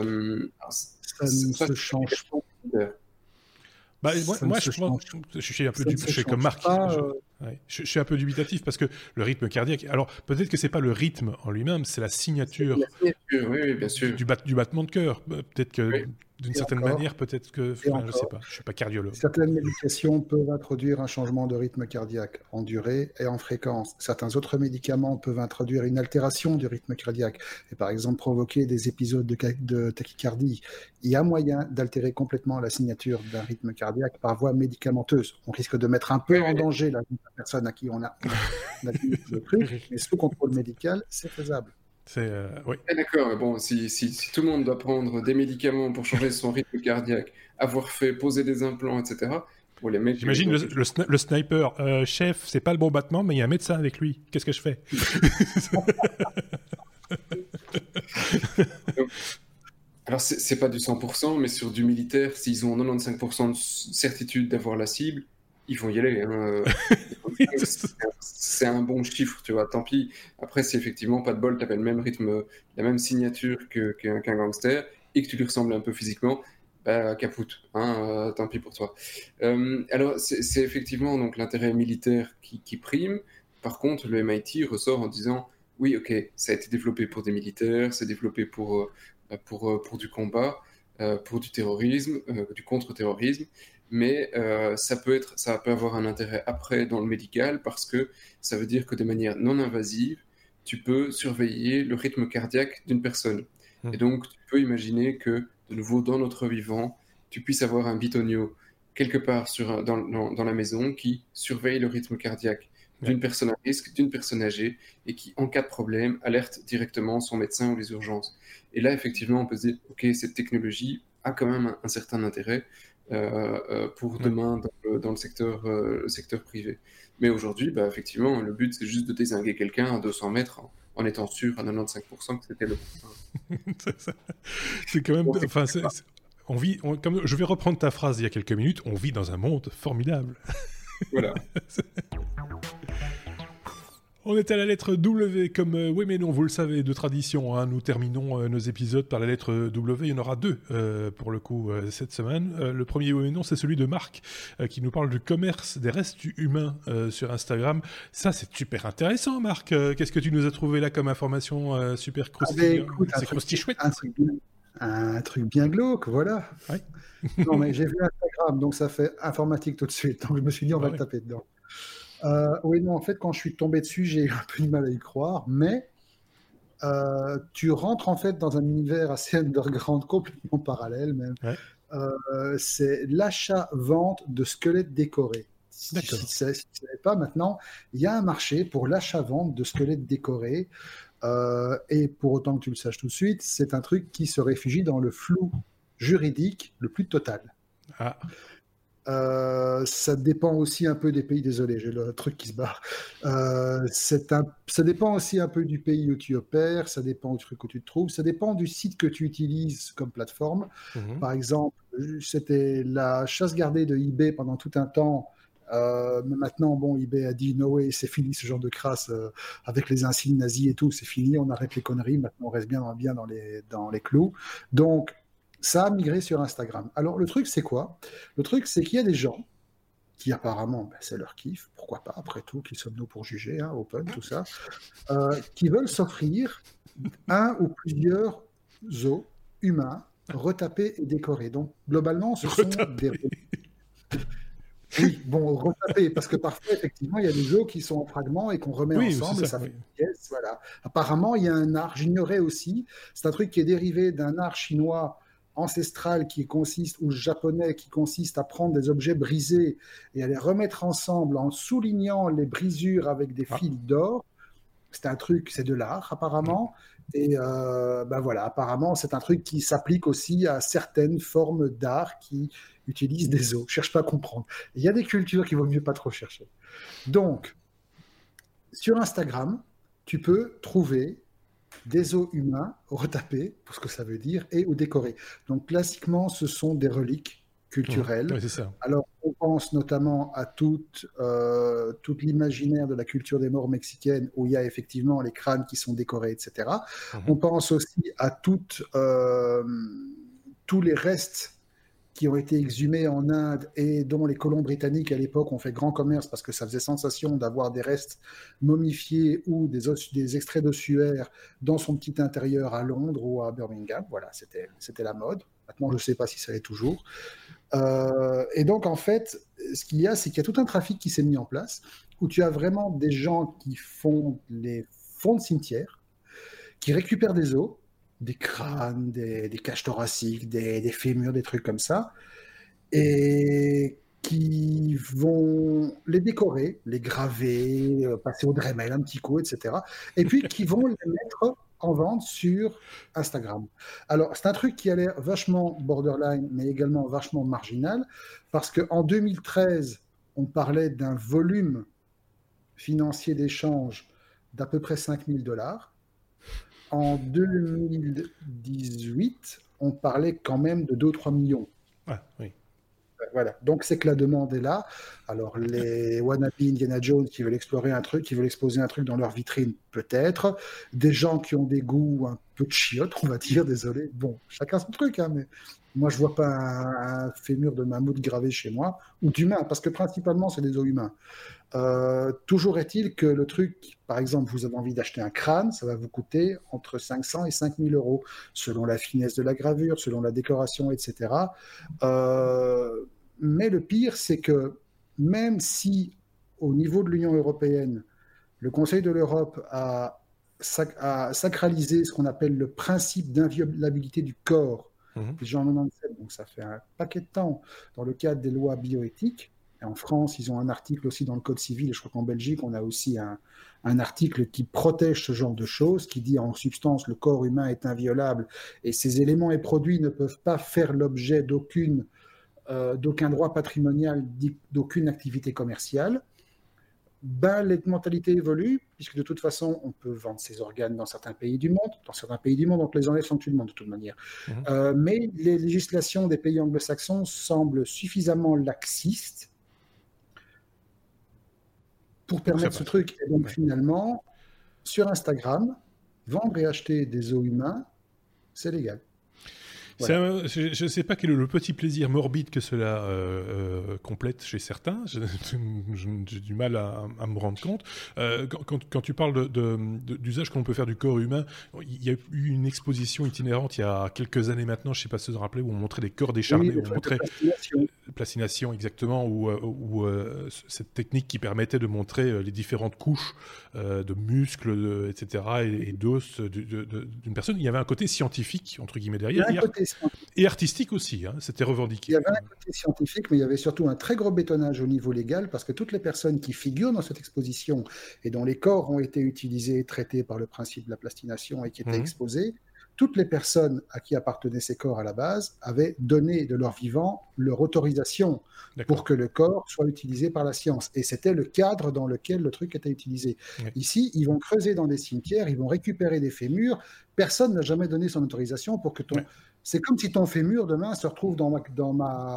ne se change pas. Moi, je suis un peu comme Marc. Je suis un peu dubitatif parce que le rythme cardiaque. Alors, peut-être que c'est pas le rythme en lui-même, c'est la signature, oui, bien sûr. Du battement de cœur. Peut-être que d'une certaine manière, peut-être que. Je sais pas. Je suis pas cardiologue. Certaines médications peuvent introduire un changement de rythme cardiaque en durée et en fréquence. Certains autres médicaments peuvent introduire une altération du rythme cardiaque et par exemple provoquer des épisodes de tachycardie. Il y a moyen d'altérer complètement la signature d'un rythme cardiaque par voie médicamenteuse. On risque de mettre un peu en danger la vie de la personne à qui on a le truc, mais sous contrôle médical, c'est faisable. Oui. D'accord, bon, si tout le monde doit prendre des médicaments pour changer son rythme cardiaque, avoir fait poser des implants, etc. Les mecs, j'imagine le sniper, chef, c'est pas le bon battement, mais il y a un médecin avec lui. Qu'est-ce que je fais? Alors, c'est pas du 100%, mais sur du militaire, s'ils ont 95% de certitude d'avoir la cible, ils vont y aller. Hein. C'est un bon chiffre, tu vois, tant pis. Après, si effectivement, pas de bol, tu as le même rythme, la même signature qu'un gangster, et que tu lui ressembles un peu physiquement, capoute, hein, tant pis pour toi. Alors, c'est effectivement donc l'intérêt militaire qui prime. Par contre, le MIT ressort en disant, oui, ok, ça a été développé pour des militaires, c'est développé pour du combat, pour du terrorisme, du contre-terrorisme, mais ça peut avoir un intérêt après dans le médical parce que ça veut dire que de manière non invasive, tu peux surveiller le rythme cardiaque d'une personne. Et donc, tu peux imaginer que, de nouveau, dans notre vivant, tu puisses avoir un bitonio quelque part dans la maison qui surveille le rythme cardiaque d'une personne à risque, d'une personne âgée, et qui, en cas de problème, alerte directement son médecin ou les urgences. Et là, effectivement, on peut se dire, OK, cette technologie a quand même un certain intérêt pour demain dans le secteur privé. Mais aujourd'hui, effectivement, le but, c'est juste de dézinguer quelqu'un à 200 mètres en étant sûr à 95% que c'était le bon. C'est quand même... Comme je vais reprendre ta phrase il y a quelques minutes, on vit dans un monde formidable. Voilà. On est à la lettre W, comme oui mais non, vous le savez, de tradition, hein, nous terminons nos épisodes par la lettre W, il y en aura deux pour le coup cette semaine. Le premier oui mais non, c'est celui de Marc, qui nous parle du commerce des restes humains sur Instagram. Ça c'est super intéressant Marc, qu'est-ce que tu nous as trouvé là comme information super croustillant? C'est croustillant chouette. Un truc bien glauque, voilà. Ouais. Non mais j'ai vu Instagram, donc ça fait informatique tout de suite, donc je me suis dit on va le taper dedans. Oui, non, en fait, quand je suis tombé dessus, j'ai eu un peu de mal à y croire, mais tu rentres en fait dans un univers assez underground, complètement parallèle même. Ouais. C'est l'achat-vente de squelettes décorés. D'accord. Si tu ne savais pas, maintenant, il y a un marché pour l'achat-vente de squelettes décorés. Et pour autant que tu le saches tout de suite, c'est un truc qui se réfugie dans le flou juridique le plus total. Ah. Ça dépend aussi un peu des pays, désolé, j'ai le truc qui se barre. Ça dépend aussi un peu du pays où tu opères, ça dépend du truc où tu te trouves, ça dépend du site que tu utilises comme plateforme. Par exemple, c'était la chasse gardée de eBay pendant tout un temps. Mais maintenant, bon, eBay a dit no way, c'est fini ce genre de crasse avec les insignes nazis et tout, c'est fini, on arrête les conneries, maintenant on reste bien dans les clous. Donc, ça a migré sur Instagram. Alors, le truc, c'est quoi? Le truc, c'est qu'il y a des gens qui apparemment, c'est leur kiff, pourquoi pas, après tout, qui sommes-nous pour juger, hein, open, tout ça, qui veulent s'offrir un ou plusieurs os humains retapés et décorés. Donc, globalement, ce sont des... Oui, bon, retapés, parce que parfois, effectivement, il y a des os qui sont en fragments et qu'on remet ensemble, et ça fait une pièce, voilà. Apparemment, il y a un art, j'ignorais aussi, c'est un truc qui est dérivé d'un art chinois ancestral ou japonais qui consiste à prendre des objets brisés et à les remettre ensemble en soulignant les brisures avec des fils d'or. C'est de l'art apparemment. Et voilà, apparemment c'est un truc qui s'applique aussi à certaines formes d'art qui utilisent des os. Je cherche pas à comprendre. Il y a des cultures qu'il vaut mieux pas trop chercher. Donc, sur Instagram, tu peux trouver des os humains retapés, pour ce que ça veut dire, et ou décorés. Donc, classiquement, ce sont des reliques culturelles. Oui, c'est ça. Alors, on pense notamment à tout l'imaginaire de la culture des morts mexicaine, où il y a effectivement les crânes qui sont décorés, etc. On pense aussi à tous les restes qui ont été exhumés en Inde et dont les colons britanniques à l'époque ont fait grand commerce parce que ça faisait sensation d'avoir des restes momifiés ou des extraits d'ossuaires dans son petit intérieur à Londres ou à Birmingham. Voilà, c'était la mode. Maintenant, je ne sais pas si ça l'est toujours. Et donc, en fait, ce qu'il y a, c'est qu'il y a tout un trafic qui s'est mis en place où tu as vraiment des gens qui font les fonds de cimetière, qui récupèrent des os, des crânes, des cages thoraciques, des fémurs, des trucs comme ça, et qui vont les décorer, les graver, passer au Dremel un petit coup, etc. Et puis qui vont les mettre en vente sur Instagram. Alors, c'est un truc qui a l'air vachement borderline, mais également vachement marginal, parce qu'en 2013, on parlait d'un volume financier d'échange d'à peu près $5 000. En 2018, on parlait quand même de 2 ou 3 millions. Ah, oui. Voilà, donc c'est que la demande est là. Alors les wannabe Indiana Jones qui veulent explorer un truc, qui veulent exposer un truc dans leur vitrine, peut-être. Des gens qui ont des goûts un peu de chiottes, on va dire, désolé. Bon, chacun son truc, hein, mais moi je vois pas un fémur de mammouth gravé chez moi, ou d'humain, parce que principalement c'est des os humains. Toujours est-il que le truc, par exemple, vous avez envie d'acheter un crâne, ça va vous coûter entre 500 et 5000 €, selon la finesse de la gravure, selon la décoration, etc. Mais le pire, c'est que même si, au niveau de l'Union européenne, le Conseil de l'Europe a sacralisé ce qu'on appelle le principe d'inviolabilité du corps, déjà en 97, donc ça fait un paquet de temps, dans le cadre des lois bioéthiques. Et en France, ils ont un article aussi dans le Code civil, et je crois qu'en Belgique, on a aussi un article qui protège ce genre de choses, qui dit en substance le corps humain est inviolable et ces éléments et produits ne peuvent pas faire l'objet d'aucun droit patrimonial, d'aucune activité commerciale. Les mentalités évoluent, puisque de toute façon, on peut vendre ses organes dans certains pays du monde. Dans certains pays du monde, on te les enlève sans que tu demandes de toute manière. Mais les législations des pays anglo-saxons semblent suffisamment laxistes pour permettre ce truc. Et donc finalement, sur Instagram, vendre et acheter des os humains, c'est légal. Voilà. Je ne sais pas quel est le petit plaisir morbide que cela complète chez certains. J'ai du mal à me rendre compte. Quand tu parles d'usage qu'on peut faire du corps humain, il y a eu une exposition itinérante il y a quelques années maintenant, je ne sais pas si vous vous rappelez, où on montrait des corps décharnés, où on montrait placination exactement, où cette technique qui permettait de montrer les différentes couches de muscles, etc., et d'os d'une personne. Il y avait un côté scientifique, entre guillemets, derrière. Et artistique aussi, hein, c'était revendiqué. Il y avait un côté scientifique, mais il y avait surtout un très gros bétonnage au niveau légal, parce que toutes les personnes qui figurent dans cette exposition et dont les corps ont été utilisés et traités par le principe de la plastination et qui étaient exposés, toutes les personnes à qui appartenaient ces corps à la base avaient donné de leur vivant leur autorisation pour que le corps soit utilisé par la science. Et c'était le cadre dans lequel le truc était utilisé. Ici, ils vont creuser dans des cimetières, ils vont récupérer des fémurs. Personne n'a jamais donné son autorisation pour que ton... C'est comme si ton fémur, demain, se retrouve dans ma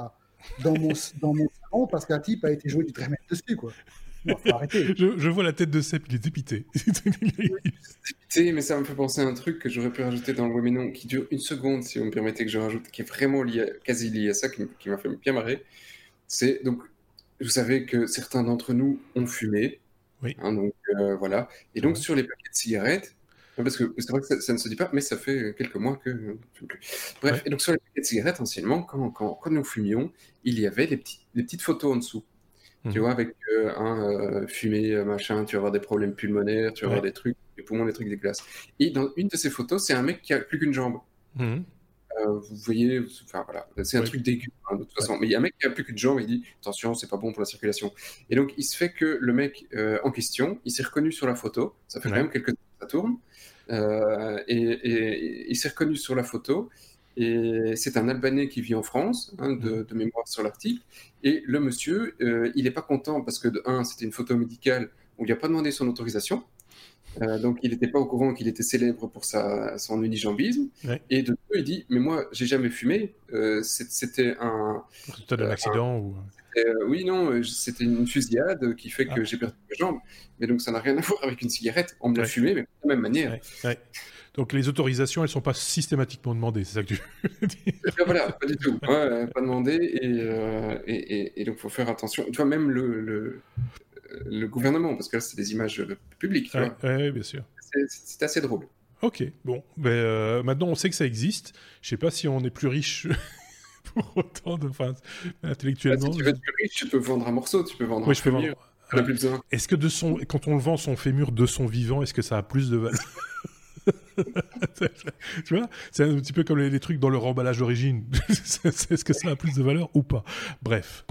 dans mon salon parce qu'un type a été joué du Dreamcast dessus, quoi. Non, faut arrêter. Je vois la tête de Sepp, il est dépité. Dépité, mais ça me fait penser à un truc que j'aurais pu rajouter dans le webinaire qui dure une seconde, si vous me permettez que je rajoute, qui est vraiment quasi lié à ça, qui m'a fait bien marrer. C'est donc, vous savez que certains d'entre nous ont fumé. Oui. Hein, donc voilà. Et donc sur les paquets de cigarettes, parce que c'est vrai que ça ne se dit pas, mais ça fait quelques mois que je ne fume plus. Bref, et donc sur les paquets de cigarettes, anciennement, quand nous fumions, il y avait des petites photos en dessous. Tu vois, avec fumée, machin, tu vas avoir des problèmes pulmonaires, tu vas avoir des trucs, des poumons, des trucs dégueulasses. Et dans une de ces photos, c'est un mec qui a plus qu'une jambe. Vous voyez, enfin voilà, c'est un truc dégueu, hein, de toute façon. Mais il y a un mec qui a plus qu'une jambe, il dit attention, c'est pas bon pour la circulation. Et donc, il se fait que le mec en question, il s'est reconnu sur la photo, ça fait quand même quelques temps que ça tourne, et il s'est reconnu sur la photo. Et c'est un Albanais qui vit en France, hein, de mémoire sur l'article. Et le monsieur, il n'est pas content parce que, de un, c'était une photo médicale où il n'a pas demandé son autorisation. Donc, il n'était pas au courant qu'il était célèbre pour son unijambisme. Et de deux, il dit mais moi, j'ai jamais fumé. C'était un. C'était un accident ou. Oui, non, c'était une fusillade qui fait que j'ai perdu ma jambe. Mais donc, ça n'a rien à voir avec une cigarette. On me l'a fumé, mais de la même manière. Donc les autorisations, elles ne sont pas systématiquement demandées, c'est ça que tu dis. Voilà, pas du tout. Pas demandé. Et donc, il faut faire attention. Tu vois, même le gouvernement, parce que là, c'est des images publiques. Oui, bien sûr. C'est assez drôle. Ok, bon. Maintenant, on sait que ça existe. Je ne sais pas si on est plus riche pour autant de... Enfin, intellectuellement... si tu veux être plus riche, tu peux vendre un morceau, tu peux vendre un fémur. Plus besoin. Est-ce que quand on le vend son fémur de son vivant, est-ce que ça a plus de valeur? Tu vois, c'est un petit peu comme les trucs dans leur emballage d'origine. Est-ce que ça a plus de valeur ou pas? Bref.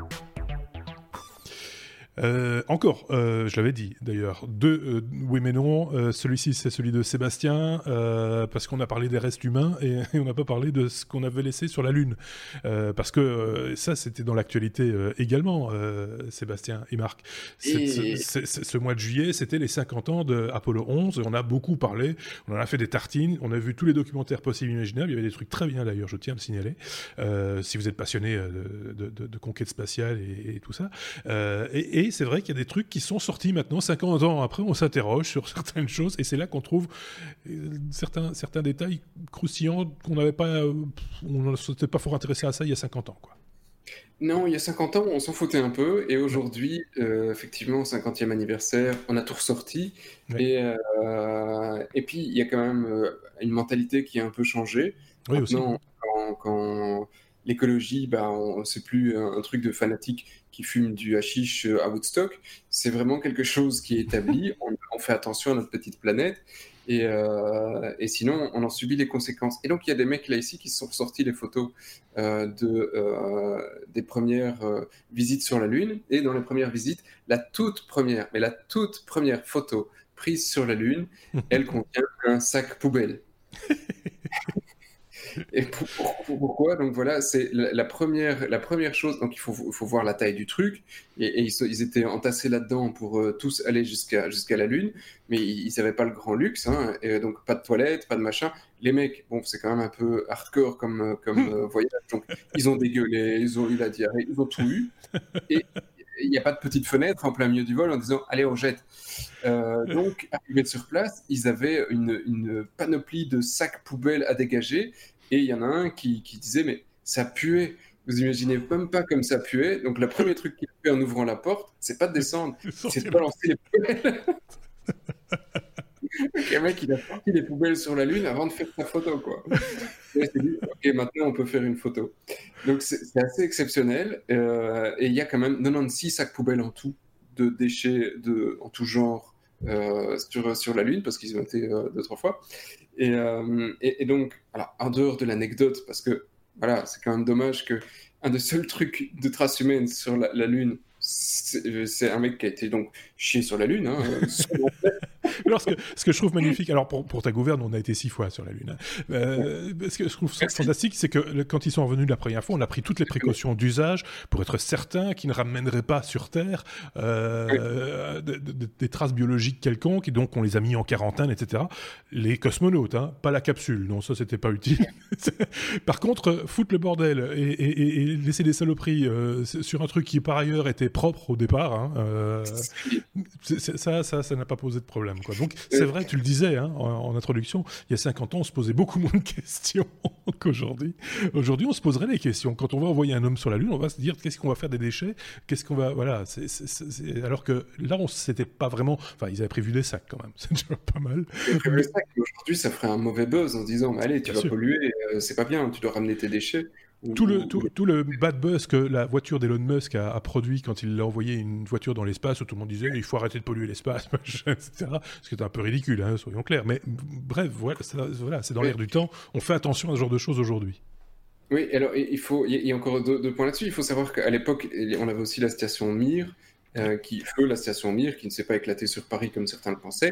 Encore, je l'avais dit d'ailleurs, oui mais non, celui-ci c'est celui de Sébastien, parce qu'on a parlé des restes humains et on n'a pas parlé de ce qu'on avait laissé sur la Lune, parce que ça c'était dans l'actualité également, Sébastien et Marc. Ce mois de juillet, c'était les 50 ans de Apollo 11, et on a beaucoup parlé, on en a fait des tartines, on a vu tous les documentaires possibles et imaginables, il y avait des trucs très bien d'ailleurs, je tiens à me signaler, si vous êtes passionné de conquête spatiale et tout ça, et c'est vrai qu'il y a des trucs qui sont sortis maintenant, 50 ans après, on s'interroge sur certaines choses, et c'est là qu'on trouve certains détails croustillants qu'on n'avait pas... on ne s'était pas fort intéressé à ça il y a 50 ans, quoi. Non, il y a 50 ans, on s'en foutait un peu, et aujourd'hui, effectivement, 50e anniversaire, on a tout ressorti, et puis il y a quand même une mentalité qui a un peu changé. Oui, maintenant, aussi. Quand l'écologie, c'est plus un truc de fanatique qui fume du hashish à Woodstock, c'est vraiment quelque chose qui est établi, on fait attention à notre petite planète, et sinon on en subit les conséquences. Et donc il y a des mecs là ici qui se sont sortis les photos des premières visites sur la Lune, et dans les premières visites, la toute première photo prise sur la Lune, elle contient un sac poubelle. Et pourquoi? Donc voilà, c'est la première chose. Donc il faut voir la taille du truc. Et ils étaient entassés là-dedans pour tous aller jusqu'à la Lune, mais ils n'avaient pas le grand luxe, hein, et donc pas de toilette, pas de machin. Les mecs, bon, c'est quand même un peu hardcore comme voyage. Donc ils ont dégueulé, ils ont eu la diarrhée, ils ont tout eu. Et il n'y a pas de petite fenêtre en plein milieu du vol en disant allez, on jette. Donc, arrivés sur place, ils avaient une panoplie de sacs poubelles à dégager. Et il y en a un qui disait mais ça puait. Vous imaginez même pas comme ça puait. Donc, le premier truc qu'il a fait en ouvrant la porte, c'est pas de descendre, c'est de balancer les poubelles. Donc, le mec, il a sorti les poubelles sur la Lune avant de faire sa photo, quoi. Et il s'est dit, ok, maintenant on peut faire une photo. Donc c'est assez exceptionnel. Et il y a quand même 96 sacs poubelles en tout, de déchets en tout genre sur la Lune, parce qu'ils ont été 2-3 fois. Et donc, voilà, en dehors de l'anecdote, parce que voilà, c'est quand même dommage que un des seuls trucs de traces humaines sur la Lune, c'est un mec qui a été donc chié sur la Lune, hein, Alors, ce que je trouve magnifique, alors pour ta gouverne, on a été 6 fois sur la Lune. Ce que je trouve fantastique, c'est que quand ils sont revenus la première fois, on a pris toutes les précautions d'usage pour être certain qu'ils ne ramèneraient pas sur Terre des traces biologiques quelconques, et donc on les a mis en quarantaine, etc. Les cosmonautes, hein, pas la capsule, non, ça c'était pas utile. Par contre, foutre le bordel et laisser des saloperies sur un truc qui par ailleurs était propre au départ, hein, ça n'a pas posé de problème, quoi. Donc c'est vrai, tu le disais hein, en introduction, il y a 50 ans on se posait beaucoup moins de questions qu'aujourd'hui. Aujourd'hui on se poserait les questions. Quand on va envoyer un homme sur la Lune, on va se dire qu'est-ce qu'on va faire des déchets, qu'est-ce qu'on va... Voilà, alors que là on s'était pas vraiment... Enfin ils avaient prévu des sacs quand même, c'est déjà pas mal. Prévu des sacs, aujourd'hui ça ferait un mauvais buzz en se disant allez tu vas polluer, c'est pas bien, tu dois ramener tes déchets. Tout le bad buzz que la voiture d'Elon Musk a produit quand il a envoyé une voiture dans l'espace, où tout le monde disait il faut arrêter de polluer l'espace, etc. Ce qui est un peu ridicule, hein, soyons clairs. Mais bref, voilà, c'est dans l'air du temps. On fait attention à ce genre de choses aujourd'hui. Oui, alors il y a encore deux points là-dessus. Il faut savoir qu'à l'époque, on avait aussi la station Mir, la station Mir, qui ne s'est pas éclatée sur Paris comme certains le pensaient.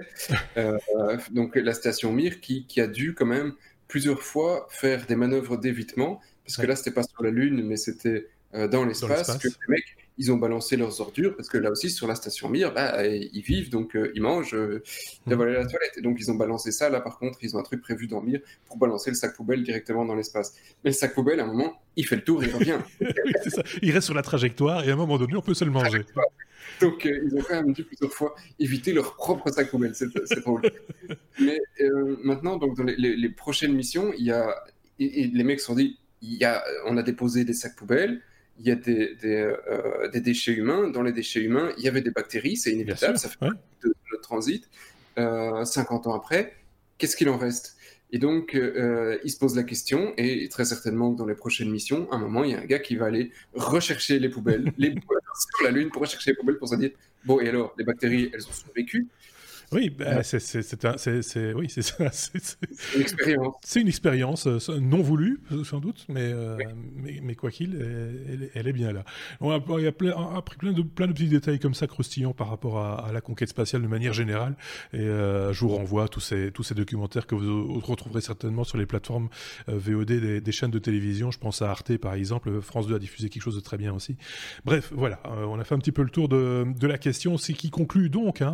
Donc la station Mir qui a dû quand même plusieurs fois faire des manœuvres d'évitement. Parce que là, c'était pas sur la Lune, mais c'était dans l'espace que les mecs, ils ont balancé leurs ordures, parce que là aussi, sur la station Mir, ils vivent, donc ils mangent, ils doivent aller à la toilette. Et donc, ils ont balancé ça. Là, par contre, ils ont un truc prévu dans Mir pour balancer le sac poubelle directement dans l'espace. Mais le sac poubelle, à un moment, il fait le tour, il revient. Oui, c'est ça. Il reste sur la trajectoire, et à un moment donné, on peut se le manger. Donc, ils ont quand même dû plusieurs fois éviter leur propre sac poubelle. C'est drôle. Mais maintenant, donc, dans les prochaines missions, il y a... Et les mecs se sont dit... on a déposé des sacs poubelles, il y a des déchets humains. Dans les déchets humains, il y avait des bactéries, c'est inévitable, ça fait partie de notre transit. 50 ans après, qu'est-ce qu'il en reste? Et donc, ils se posent la question, et très certainement dans les prochaines missions, à un moment, il y a un gars qui va aller rechercher les poubelles, sur la Lune, pour rechercher les poubelles, pour se dire, bon, et alors, les bactéries, elles ont survécu? Oui, c'est une expérience. C'est une expérience non voulue, sans doute, mais quoi qu'il, elle est bien là. Il y a plein de petits détails comme ça croustillants par rapport à la conquête spatiale de manière générale. Et je vous renvoie à tous ces documentaires que vous retrouverez certainement sur les plateformes VOD des chaînes de télévision. Je pense à Arte, par exemple. France 2 a diffusé quelque chose de très bien aussi. Bref, voilà, on a fait un petit peu le tour de la question. C'est qui conclut donc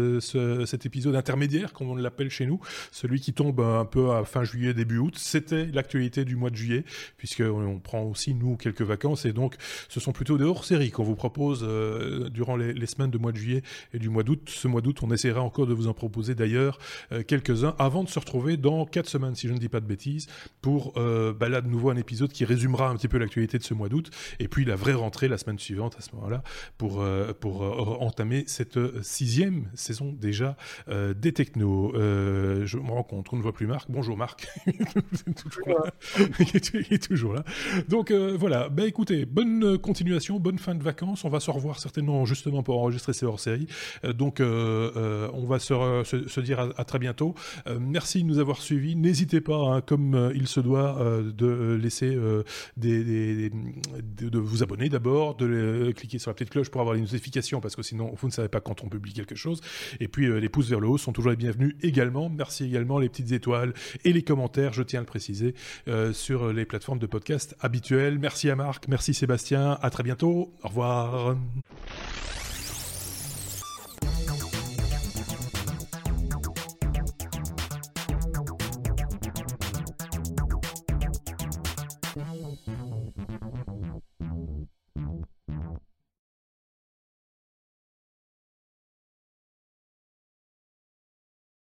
cet épisode intermédiaire, comme on l'appelle chez nous, celui qui tombe un peu à fin juillet, début août. C'était l'actualité du mois de juillet, puisqu'on prend aussi, nous, quelques vacances, et donc ce sont plutôt des hors-séries qu'on vous propose durant les semaines de mois de juillet et du mois d'août. Ce mois d'août, on essaiera encore de vous en proposer d'ailleurs quelques-uns, avant de se retrouver dans 4 semaines, si je ne dis pas de bêtises, pour là, de nouveau un épisode qui résumera un petit peu l'actualité de ce mois d'août, et puis la vraie rentrée la semaine suivante, à ce moment-là, pour entamer cette 6e saison déjà des technos. Je me rends compte, on ne voit plus Marc. Bonjour Marc. Il est toujours là. Donc voilà, écoutez, bonne continuation, bonne fin de vacances. On va se revoir certainement justement pour enregistrer ces hors-séries. Donc on va se dire à très bientôt. Merci de nous avoir suivis. N'hésitez pas, comme il se doit, de laisser de vous abonner d'abord, de cliquer sur la petite cloche pour avoir les notifications, parce que sinon vous ne savez pas quand on publie quelque chose. Et puis les pouces vers le haut sont toujours les bienvenus également. Merci également les petites étoiles et les commentaires, je tiens à le préciser, sur les plateformes de podcast habituelles. Merci à Marc, merci Sébastien, à très bientôt, au revoir.